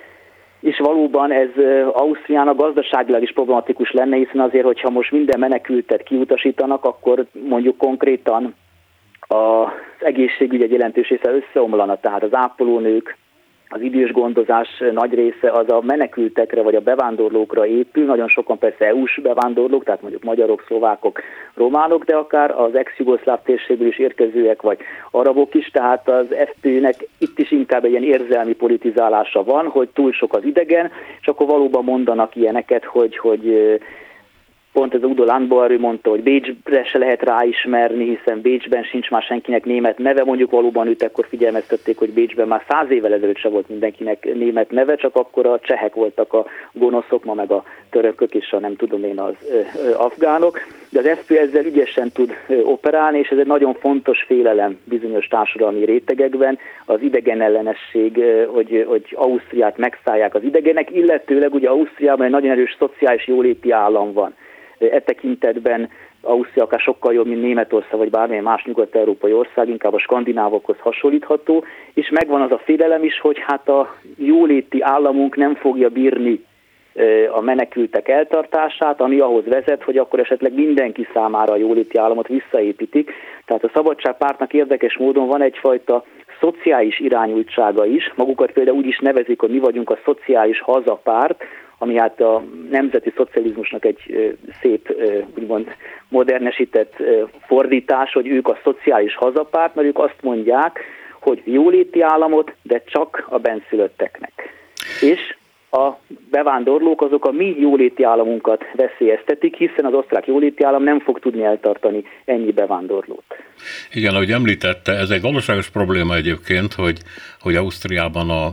és valóban ez Ausztriának gazdaságilag is problematikus lenne, hiszen azért, hogyha most minden menekültet kiutasítanak, akkor mondjuk konkrétan az egészségügy egy jelentős része összeomlana, tehát az ápolónők, az idős gondozás nagy része az a menekültekre vagy a bevándorlókra épül, nagyon sokan persze é u-s bevándorlók, tehát mondjuk magyarok, szlovákok, románok, de akár az ex-jugoszláv térségből is érkezőek vagy arabok is, tehát az ef pé u-nek itt is inkább egy ilyen érzelmi politizálása van, hogy túl sok az idegen, és akkor valóban mondanak ilyeneket, hogy, hogy pont ez a Udo Landbauer mondta, hogy Bécsre se lehet ráismerni, hiszen Bécsben sincs már senkinek német neve, mondjuk valóban őt akkor figyelmeztették, hogy Bécsben már száz évvel ezelőtt se volt mindenkinek német neve, csak akkor a csehek voltak a gonoszok, ma meg a törökök és a nem tudom én az ö, ö, afgánok, de az ef pé u ezzel ügyesen tud ö, operálni, és ez egy nagyon fontos félelem bizonyos társadalmi rétegekben, az idegenellenesség, ö, hogy, hogy Ausztriát megszállják az idegenek, illetőleg ugye Ausztriában egy nagyon erős szociális jóléti állam van. E tekintetben Ausztria akár sokkal jobb, mint Németország, vagy bármilyen más nyugat-európai ország, inkább a skandinávokhoz hasonlítható, és megvan az a félelem is, hogy hát a jóléti államunk nem fogja bírni a menekültek eltartását, ami ahhoz vezet, hogy akkor esetleg mindenki számára a jóléti államot visszaépítik. Tehát a Szabadságpártnak érdekes módon van egyfajta szociális irányultsága is, magukat például úgy is nevezik, hogy mi vagyunk a szociális hazapárt, ami hát a nemzeti szocializmusnak egy szép, úgymond modernesített fordítás, hogy ők a szociális hazapárt, mert ők azt mondják, hogy jóléti államot, de csak a benszülötteknek. És a bevándorlók azok a mi jóléti államunkat veszélyeztetik, hiszen az osztrák jóléti állam nem fog tudni eltartani ennyi bevándorlót. Igen, ahogy említette, ez egy valóságos probléma egyébként, hogy, hogy Ausztriában a,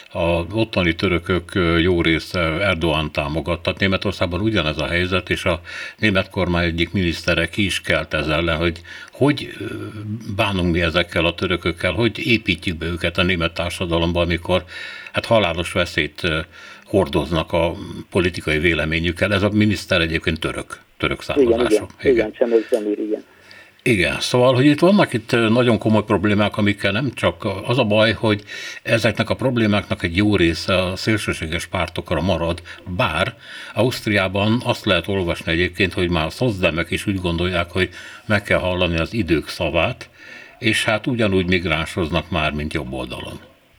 a ottani törökök jó része Erdoğan támogat. Tehát Németországban ugyanez a helyzet, és a német kormány egyik minisztere ki is kelt ezzel ellen, hogy hogy bánunk mi ezekkel a törökökkel, hogy építjük be őket a német társadalomba, amikor hát halálos veszélyt hordoznak a politikai véleményükkel. Ez a miniszter egyébként török, török származású. Igen, igen, igen, Csemőr Zemir, igen. Igen, szóval, hogy itt vannak itt nagyon komoly problémák, amikkel nem csak az a baj, hogy ezeknek a problémáknak egy jó része a szélsőséges pártokra marad, bár Ausztriában azt lehet olvasni egyébként, hogy már a szocdemek is úgy gondolják, hogy meg kell hallani az idők szavát, és hát ugyanúgy migránsoznak már, mint jobb oldalon.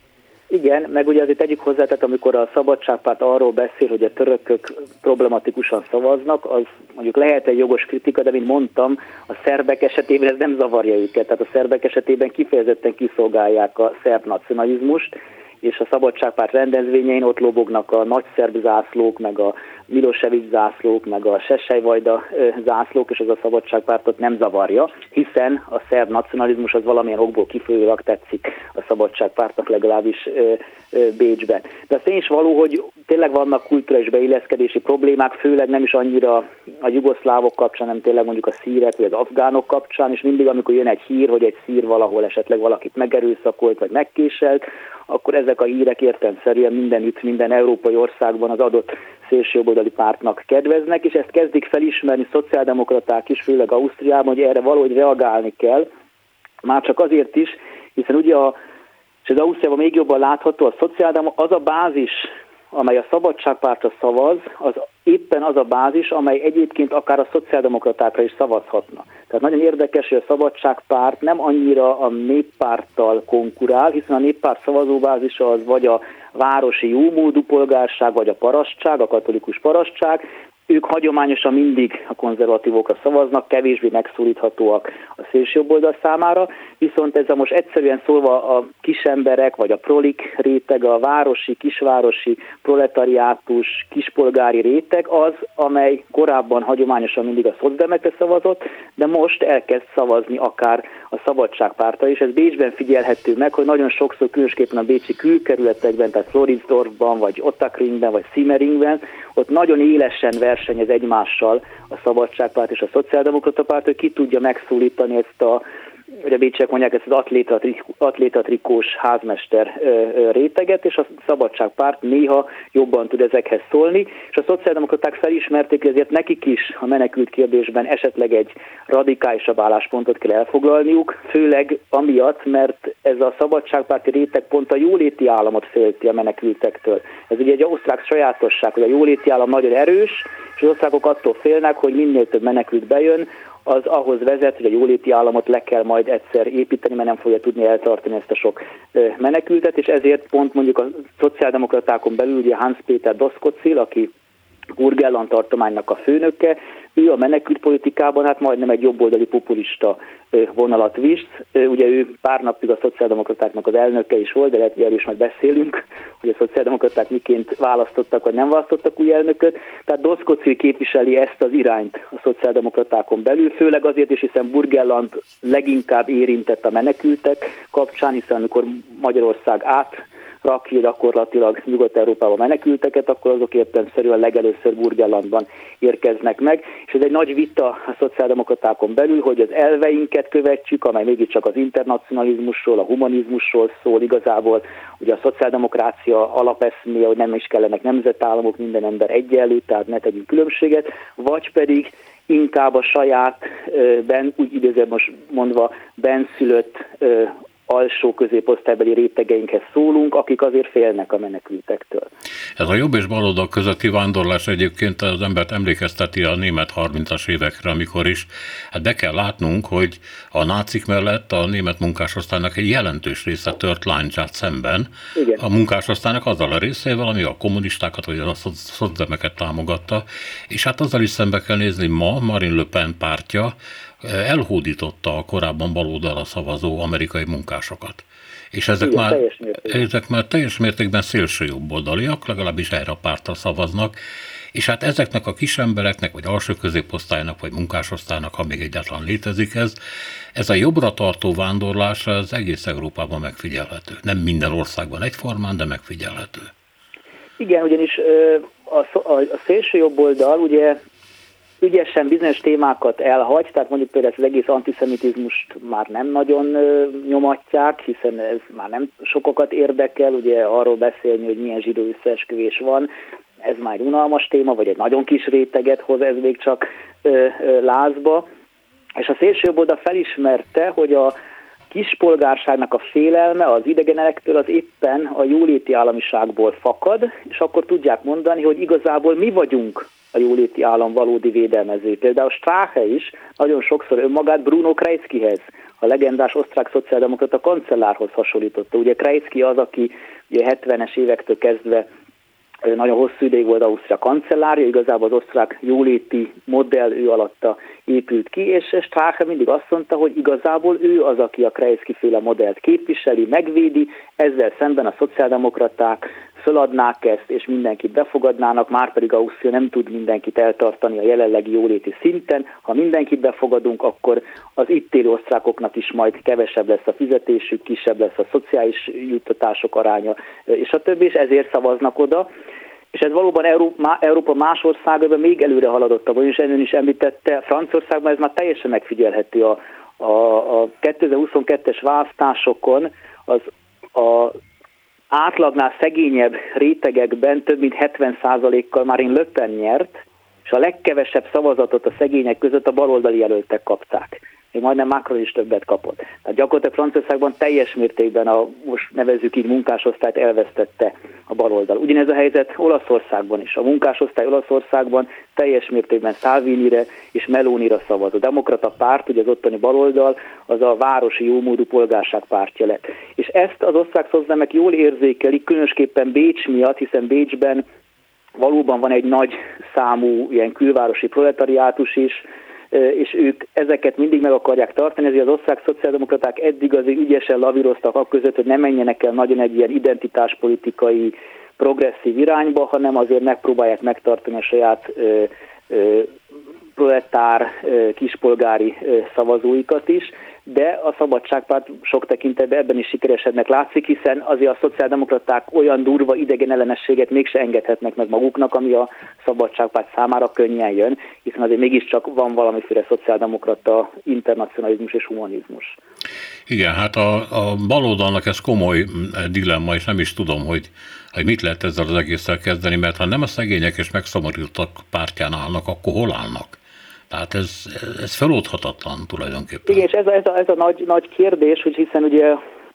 Igen, meg ugye azért tegyük hozzá, tehát amikor a Szabadságpárt arról beszél, hogy a törökök problematikusan szavaznak, az mondjuk lehet egy jogos kritika, de mint mondtam, a szerbek esetében ez nem zavarja őket, tehát a szerbek esetében kifejezetten kiszolgálják a szerb nacionalizmust, és a Szabadságpárt rendezvényein ott lobognak a nagy szerb zászlók, meg a Milosevic zászlók, meg a Sesejvajda zászlók, és ez a Szabadságpártot nem zavarja, hiszen a szerb nacionalizmus az valamilyen okból kifolyólag tetszik a Szabadságpártnak, legalábbis Bécsben. De az tény is való, hogy tényleg vannak kulturális beilleszkedési problémák, főleg nem is annyira a jugoszlávok kapcsán, nem tényleg mondjuk a szírek vagy az afgánok kapcsán, és mindig amikor jön egy hír, hogy egy szír valahol esetleg valakit megerőszakolt vagy megkéselt, akkor ezek a hírek értelemszerűen mindenütt, minden európai országban az adott szélsőjobboldali pártnak kedveznek, és ezt kezdik felismerni szociáldemokraták is, főleg Ausztriában, hogy erre valahogy reagálni kell, már csak azért is, hiszen ugye a, és az Ausztriában még jobban látható, a szociáldemokraták, az a bázis, amely a Szabadságpártra szavaz, az éppen az a bázis, amely egyébként akár a szociáldemokratákra is szavazhatna. Tehát nagyon érdekes, hogy a Szabadságpárt nem annyira a néppárttal konkurál, hiszen a néppárt szavazóbázisa az vagy a városi jómódú polgárság, vagy a parasztság, a katolikus parasztság. Ők hagyományosan mindig a konzervatívokra szavaznak, kevésbé megszólíthatóak a szélsőjobboldal számára, viszont ez a most egyszerűen szólva a kisemberek, vagy a prolik réteg, a városi, kisvárosi, proletariátus, kispolgári réteg az, amely korábban hagyományosan mindig a szocdemekre szavazott, de most elkezd szavazni akár a Szabadságpártra is. Ez Bécsben figyelhető meg, hogy nagyon sokszor, különösképpen a bécsi külkerületekben, tehát Floridsdorfban, vagy Ottakringben, vagy Siemeringben, ott nagyon élesen versenyez egymással a Szabadságpárt és a Szociáldemokrata Párt, hogy ki tudja megszólítani ezt a, hogy a bécsiek mondják, ezt az atlétatrikós házmester réteget, és a Szabadságpárt néha jobban tud ezekhez szólni, és a szociáldemokraták felismerték, hogy ezért nekik is a menekült kérdésben esetleg egy radikálisabb álláspontot kell elfoglalniuk, főleg amiatt, mert ez a szabadságpárti réteg pont a jóléti államot félti a menekültektől. Ez ugye egy osztrák sajátosság, hogy a jóléti állam nagyon erős, és az osztrákok attól félnek, hogy minél több menekült bejön, az ahhoz vezet, hogy a jóléti államot le kell majd egyszer építeni, mert nem fogja tudni eltartani ezt a sok menekültet, és ezért pont mondjuk a szociáldemokratákon belül ugye Hans Péter Doskozil, aki Burgenland tartománynak a főnöke, ő a menekültpolitikában hát majdnem egy jobboldali populista vonalat visz. Ugye ő pár napig a szociáldemokratáknak az elnöke is volt, de lehet, hogy erről is majd beszélünk, hogy a szociáldemokraták miként választottak, vagy nem választottak új elnököt. Tehát Doskozil képviseli ezt az irányt a szociáldemokratákon belül, főleg azért is, hiszen Burgenland leginkább érintett a menekültek kapcsán, hiszen amikor Magyarország át rakja gyakorlatilag Nyugat-Európába menekülteket, akkor azok értelemszerűen legelőször Burgenlandban érkeznek meg. És ez egy nagy vita a szociáldemokratákon belül, hogy az elveinket követjük, amely mégiscsak az internacionalizmusról, a humanizmusról szól igazából. Ugye a szociáldemokrácia alapeszméje, hogy nem is kellenek nemzetállamok, minden ember egyenlő, tehát ne tegyünk különbséget, vagy pedig inkább a saját, ben, úgy idézően most mondva, benszülött alsó középosztálybeli rétegeinkhez szólunk, akik azért félnek a menekültektől. Ez a jobb és baloldal közötti vándorlás egyébként az embert emlékezteti a német harmincas évekre, amikor is, hát be kell látnunk, hogy a nácik mellett a német munkásosztálynak egy jelentős része tört láncsát szemben. Igen. A munkásosztálynak azzal a részével, ami a kommunistákat vagy a szocdemeket támogatta, és hát azzal is szembe kell nézni, ma Marine Le Pen pártja elhódította a korábban baloldalra szavazó amerikai munkásokat. És ezek, igen, már, teljes ezek már teljes mértékben szélsőjobboldaliak, legalábbis erre a pártra szavaznak, és hát ezeknek a kis embereknek, vagy alsó középosztálynak, vagy munkásosztálynak, ha még egyáltalán létezik ez, ez a jobbra tartó vándorlás az egész Európában megfigyelhető. Nem minden országban egyformán, de megfigyelhető. Igen, ugyanis a, a, a szélsőjobboldal ugye ügyesen bizonyos témákat elhagy, tehát mondjuk például az egész antiszemitizmust már nem nagyon nyomatják, hiszen ez már nem sokakat érdekel, ugye arról beszélni, hogy milyen zsidó összeesküvés van, ez már egy unalmas téma, vagy egy nagyon kis réteget hoz ez még csak ö, ö, lázba. És a szélsőjobboldal felismerte, hogy a kispolgárságnak a félelme az idegenektől az éppen a jóléti államiságból fakad, és akkor tudják mondani, hogy igazából mi vagyunk a jóléti állam valódi védelmező. Például Strache is nagyon sokszor önmagát Bruno Kreiskyhez, a legendás osztrák szociáldemokrata kancellárhoz hasonlította. Ugye Kreisky az, aki ugye hetvenes évektől kezdve nagyon hosszú ideig volt Ausztria kancellárja, igazából az osztrák jóléti modell ő alatta épült ki, és Strache mindig azt mondta, hogy igazából ő az, aki a Kreisky-féle modellt képviseli, megvédi, ezzel szemben a szociáldemokraták föladnák ezt, és mindenkit befogadnának, márpedig Ausztria nem tud mindenkit eltartani a jelenlegi jóléti szinten. Ha mindenkit befogadunk, akkor az itt élő osztrákoknak is majd kevesebb lesz a fizetésük, kisebb lesz a szociális juttatások aránya, és a többi, és ezért szavaznak oda. És ez valóban Európa más országában még előre haladottabb, és ön is említette, Franciaországban ez már teljesen megfigyelhető. A, a, a kétezer-huszonkettes választásokon az a átlagnál szegényebb rétegekben több mint hetven százalékkal Marine Le Pen nyert, és a legkevesebb szavazatot a szegények között a baloldali jelöltek kapták. Még majdnem Macron is többet kapott. Tehát gyakorlatilag Franciaországban teljes mértékben a, most nevezzük így, munkásosztályt elvesztette a baloldal. Ugyanez a helyzet Olaszországban is. A munkásosztály Olaszországban teljes mértékben Salvinire és Melonira szavaz. A demokrata párt, ugye az ottani baloldal, az a városi jómódú polgárság pártja lett. És ezt az osztrák szocdemek jól érzékelik, különösképpen Bécs miatt, hiszen Bécsben valóban van egy nagy számú ilyen külvárosi proletariátus is, és ők ezeket mindig meg akarják tartani, ezért az osztrák szociáldemokraták eddig azért ügyesen lavíroztak a között, hogy ne menjenek el nagyon egy ilyen identitáspolitikai progresszív irányba, hanem azért megpróbálják megtartani a saját ö, ö, proletár, ö, kispolgári ö, szavazóikat is, de a Szabadságpárt sok tekintetben ebben is sikeresednek látszik, hiszen azért a szociáldemokraták olyan durva idegen ellenességet mégse engedhetnek meg maguknak, ami a Szabadságpárt számára könnyen jön, hiszen azért mégiscsak van valamiféle szociáldemokrata internacionalizmus és humanizmus. Igen, hát a, a baloldalnak ez komoly dilemma, és nem is tudom, hogy, hogy mit lehet ezzel az egésszel kezdeni, mert ha nem a szegények és megszomorítottak pártján állnak, akkor hol állnak? Tehát ez, ez feloldhatatlan tulajdonképpen. Igen, és ez a, ez a, ez a nagy, nagy kérdés, hogy hiszen ugye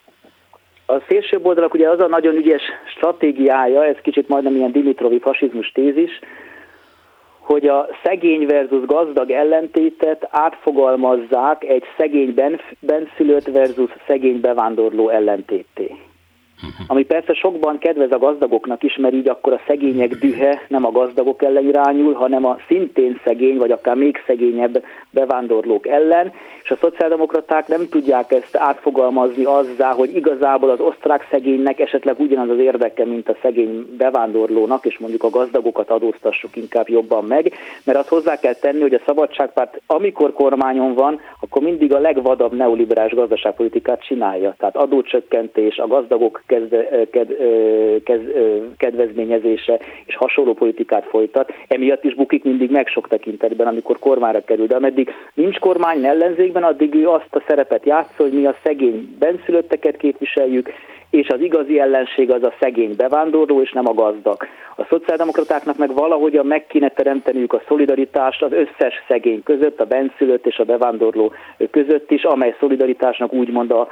a szélsőbb ugye az a nagyon ügyes stratégiája, ez kicsit majdnem ilyen Dimitrovi fasizmus tézis, hogy a szegény versus gazdag ellentétet átfogalmazzák egy szegény benszülött versus szegény bevándorló ellentétté. Ami persze sokban kedvez a gazdagoknak is, mert így akkor a szegények dühe nem a gazdagok ellen irányul, hanem a szintén szegény, vagy akár még szegényebb bevándorlók ellen, és a szociáldemokraták nem tudják ezt átfogalmazni azzá, hogy igazából az osztrák szegénynek esetleg ugyanaz az érdeke, mint a szegény bevándorlónak, és mondjuk a gazdagokat adóztassuk inkább jobban meg, mert azt hozzá kell tenni, hogy a Szabadságpárt amikor kormányon van, akkor mindig a legvadabb neoliberális gazdaságpolitikát csinálja. Tehát adócsökkentés, a gazdagok Kezde, ked, ked, kedvezményezése és hasonló politikát folytat. Emiatt is bukik mindig meg sok tekintetben, amikor kormányra kerül. De ameddig nincs kormány ellenzékben, addig ő azt a szerepet játszol, hogy mi a szegény benszülötteket képviseljük, és az igazi ellenség az a szegény bevándorló, és nem a gazdag. A szociáldemokratáknak meg valahogyan meg kéne teremteniük a szolidaritást az összes szegény között, a benszülött és a bevándorló között is, amely szolidaritásnak úgymond a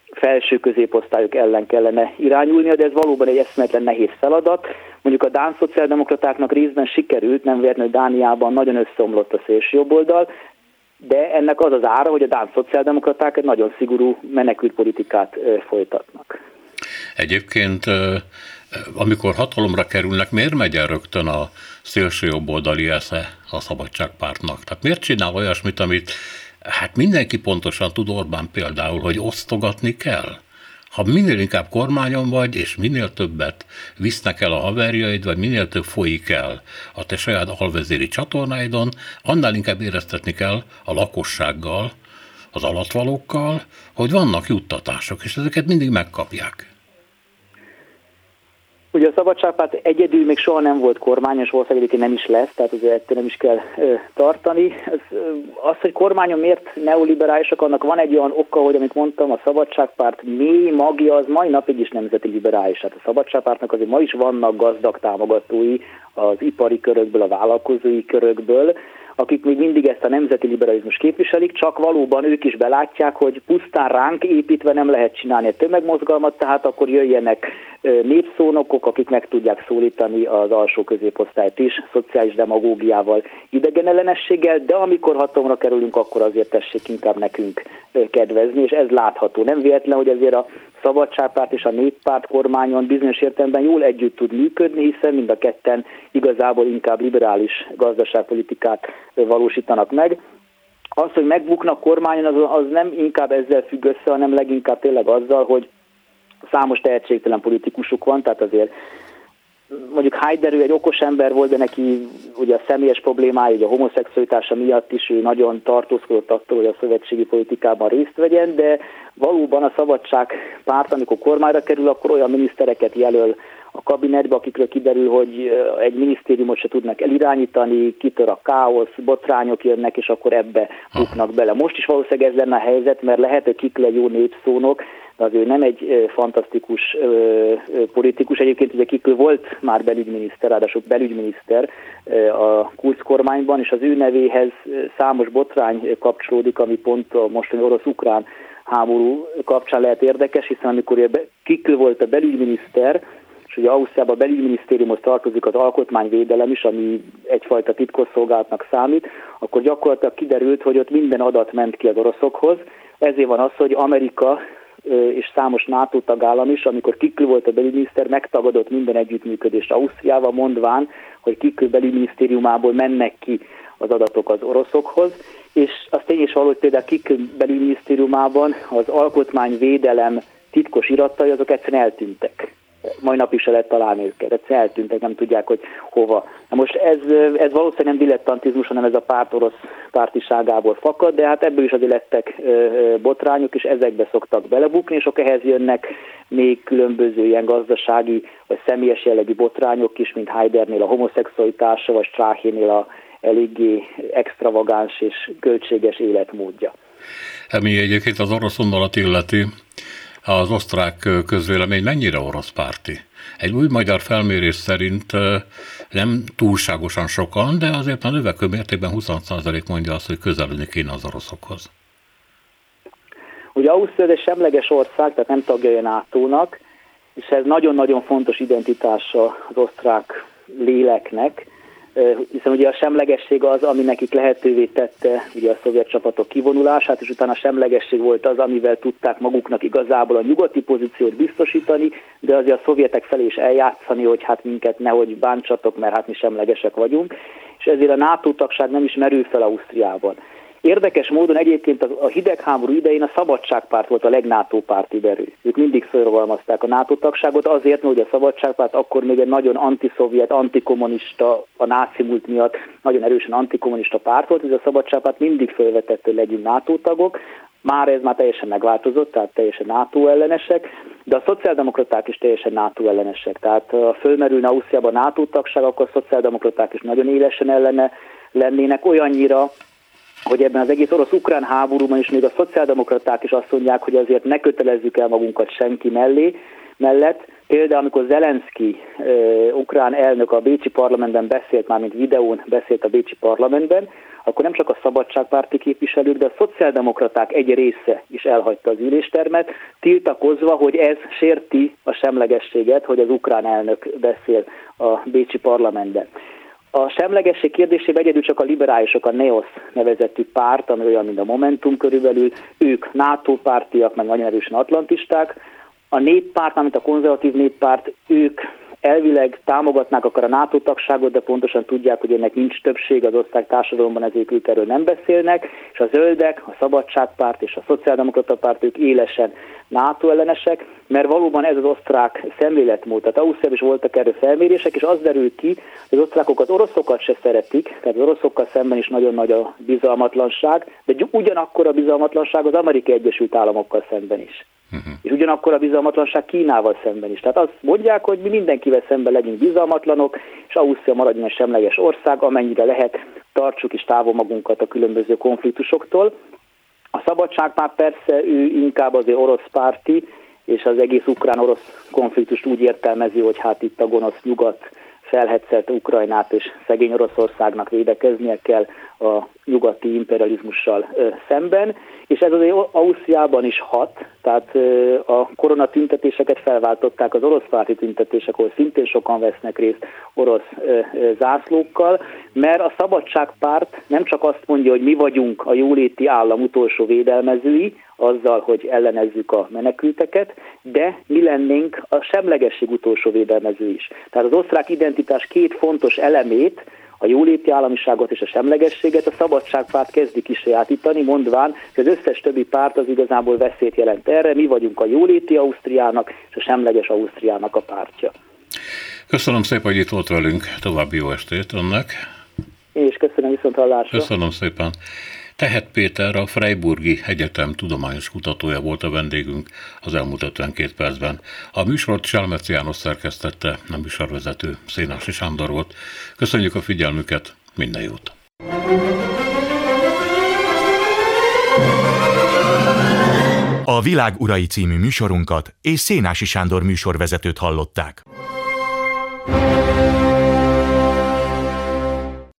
felső középosztályok ellen kellene irányulnia, de ez valóban egy eszméletlen nehéz feladat. Mondjuk a dán szociáldemokratáknak részben sikerült, nem véletlenül Dániában nagyon összeomlott a szélsőjobboldal, de ennek az az ára, hogy a dán szociáldemokraták egy nagyon szigorú menekültpolitikát folytatnak. Egyébként, amikor hatalomra kerülnek, miért megy el rögtön a szélsőjobboldali esze a Szabadságpártnak? Tehát miért csinál olyasmit, amit hát mindenki pontosan tud, Orbán például, hogy osztogatni kell? Ha minél inkább kormányon vagy, és minél többet visznek el a haverjaid, vagy minél több folyik el a te saját alvezéri csatornáidon, annál inkább éreztetni kell a lakossággal, az alattvalókkal, hogy vannak juttatások, és ezeket mindig megkapják. Ugye a Szabadságpárt egyedül még soha nem volt kormányos, valószínűleg nem is lesz, tehát azért ettől nem is kell ö, tartani. Az, az, hogy kormányon miért neoliberálisak, annak van egy olyan oka, hogy amit mondtam, a Szabadságpárt mély magja az mai napig is nemzeti liberális. Hát a Szabadságpártnak azért ma is vannak gazdag támogatói az ipari körökből, a vállalkozói körökből, akik még mindig ezt a nemzeti liberalizmus képviselik, csak valóban ők is belátják, hogy pusztán ránk építve nem lehet csinálni egy tömegmozgalmat, tehát akkor jöjjenek népszónokok, akik meg tudják szólítani az alsó középosztályt is, szociális demagógiával, idegenellenességgel, de amikor hatalomra kerülünk, akkor azért tessék inkább nekünk kedvezni, és ez látható. Nem véletlen, hogy azért a Szabadságpárt és a Néppárt kormányon bizonyos értelemben jól együtt tud működni, hiszen mind a ketten igazából inkább liberális gazdaságpolitikát valósítanak meg. Az, hogy megbuknak kormányon, az, az nem inkább ezzel függ össze, hanem leginkább tényleg azzal, hogy számos tehetségtelen politikusuk van, tehát azért mondjuk Haider ő egy okos ember volt, de neki ugye a személyes problémája, ugye a homoszexualitása miatt is ő nagyon tartózkodott attól, hogy a szövetségi politikában részt vegyen, de valóban a Szabadságpárt, amikor kormányra kerül, akkor olyan minisztereket jelöl a kabinetbe, akikről kiderül, hogy egy minisztériumot se tudnak elirányítani, kitör a káosz, botrányok jönnek, és akkor ebbe buknak bele. Most is valószínűleg ez lenne a helyzet, mert lehet, hogy Kickl egy jó népszónok, de azért nem egy fantasztikus ö, politikus. Egyébként ugye Kickl volt már belügyminiszter, ráadásul belügyminiszter ö, a Kurz kormányban, és az ő nevéhez számos botrány kapcsolódik, ami pont a mostani orosz-ukrán háború kapcsán lehet érdekes, hiszen amikor Kickl volt a belügyminiszter, és ugye Ausztriában a belügyminisztériumhoz tartozik az alkotmányvédelem is, ami egyfajta titkosszolgálatnak számít, akkor gyakorlatilag kiderült, hogy ott minden adat ment ki az oroszokhoz. Ezért van az, hogy Amerika és számos NATO tagállam is, amikor Kickl volt a belügyminiszter, megtagadott minden együttműködést Ausztriával, mondván, hogy Kickl belügyminisztériumából mennek ki az adatok az oroszokhoz, és az tény is való, hogy például Kickl belügyminisztériumában az alkotmányvédelem titkos iratai, azok egyszerűen eltűntek. Mai napig se lehet találni őket, egyszerűen eltűntek, nem tudják, hogy hova. Na most ez, ez valószínűleg nem dilettantizmus, hanem ez a párt orosz pártiságából fakad, de hát ebből is azért lettek botrányok, és ezekbe szoktak belebukni, és akkor ehhez jönnek még különböző ilyen gazdasági vagy személyes jellegű botrányok is, mint Haidernél a homoszexualitása, vagy Strachénél a eléggé extravagáns és költséges életmódja. Ami egyébként az orosz vonalat illeti, az osztrák közvélemény mennyire orosz párti? Egy új magyar felmérés szerint nem túlságosan sokan, de azért a növekvő mértékben húsz százalék mondja azt, hogy közeledni kéne az oroszokhoz. Ugye Ausztria egy semleges ország, tehát nem tagja a nátónak, és ez nagyon-nagyon fontos identitása az osztrák léleknek, hiszen ugye a semlegesség az, ami nekik lehetővé tette ugye a szovjet csapatok kivonulását, és utána a semlegesség volt az, amivel tudták maguknak igazából a nyugati pozíciót biztosítani, de azért a szovjetek felé is eljátszani, hogy hát minket nehogy bántsatok, mert hát mi semlegesek vagyunk, és ezért a NATO tagság nem is merül fel Ausztriában. Érdekes módon egyébként a hidegháború idején a Szabadságpárt volt a legnátó párti erő. Ők mindig fölrogalmazták a NATO tagságot azért, mert a Szabadságpárt akkor még egy nagyon antiszovjet, antikommunista, a náci múlt miatt nagyon erősen antikommunista párt volt, és a Szabadságpárt mindig felvetett, hogy legyünk NATO tagok. Már ez már teljesen megváltozott, tehát teljesen NATO ellenesek, de a szociáldemokraták is teljesen NATO ellenesek. Tehát ha fölmerülne Ausztriában a NATO tagság, akkor a szociáldemokraták is nagyon élesen ellene lennének, olyannyira, hogy ebben az egész orosz-ukrán háborúban is még a szociáldemokraták is azt mondják, hogy azért ne kötelezzük el magunkat senki mellé, mellett. Például amikor Zelenszky, ukrán elnök a bécsi parlamentben beszélt, mármint videón beszélt a bécsi parlamentben, akkor nem csak a szabadságpárti képviselők, de a szociáldemokraták egy része is elhagyta az üléstermet, tiltakozva, hogy ez sérti a semlegességet, hogy az ukrán elnök beszél a bécsi parlamentben. A semlegesség kérdésében egyedül csak a liberálisok, a NEOS nevezetű párt, ami olyan, mint a Momentum körülbelül, ők NATO pártiak, meg nagyon erősen atlantisták. A néppárt, mármint a konzervatív néppárt, ők elvileg támogatnák akar a NATO tagságot, de pontosan tudják, hogy ennek nincs többség az osztrák társadalomban, ezért ők erről nem beszélnek, és a zöldek, a szabadságpárt és a szociáldemokrata párt, ők élesen NATO ellenesek, mert valóban ez az osztrák szemléletmód. Tehát Ausztriában is voltak erről felmérések, és az derül ki, hogy az osztrákok az oroszokat se szeretik, tehát az oroszokkal szemben is nagyon nagy a bizalmatlanság, de ugyanakkor a bizalmatlanság az Amerikai Egyesült Államokkal szemben is. Uh-huh. És ugyanakkor a bizalmatlanság Kínával szemben is. Tehát azt mondják, hogy mi mindenkivel szemben legyünk bizalmatlanok, és Ausztria maradjon egy semleges ország, amennyire lehet, tartsuk is távol magunkat a különböző konfliktusoktól. A szabadságpárt persze ő inkább azért orosz párti, és az egész ukrán-orosz konfliktust úgy értelmezi, hogy hát itt a gonosz nyugat felhetszelte Ukrajnát, és szegény Oroszországnak védekeznie kell a nyugati imperializmussal ö, szemben, és ez azért Ausztriában is hat, tehát ö, a koronatüntetéseket felváltották az orosz párti tüntetések, ahol szintén sokan vesznek részt orosz ö, ö, zászlókkal, mert a szabadságpárt nem csak azt mondja, hogy mi vagyunk a jóléti állam utolsó védelmezői, azzal, hogy ellenezzük a menekülteket, de mi lennénk a semlegesség utolsó védelmező is. Tehát az osztrák identitás két fontos elemét, a jóléti államiságot és a semlegességet a szabadságpárt kezdi kisajátítani, mondván, hogy az összes többi párt az igazából veszélyt jelent erre, mi vagyunk a jóléti Ausztriának és a semleges Ausztriának a pártja. Köszönöm szépen, hogy itt volt velünk, további jó estét önnek. Én is köszönöm, viszont hallásra. Köszönöm szépen. Tehet Péter, a Freiburgi Egyetem tudományos kutatója volt a vendégünk az elmúlt ötvenkét percben. A műsort Selmeci János szerkesztette, a műsorvezető Szénási Sándor volt. Köszönjük a figyelmüket, minden jót! A Világ urai című műsorunkat és Szénási Sándor műsorvezetőt hallották.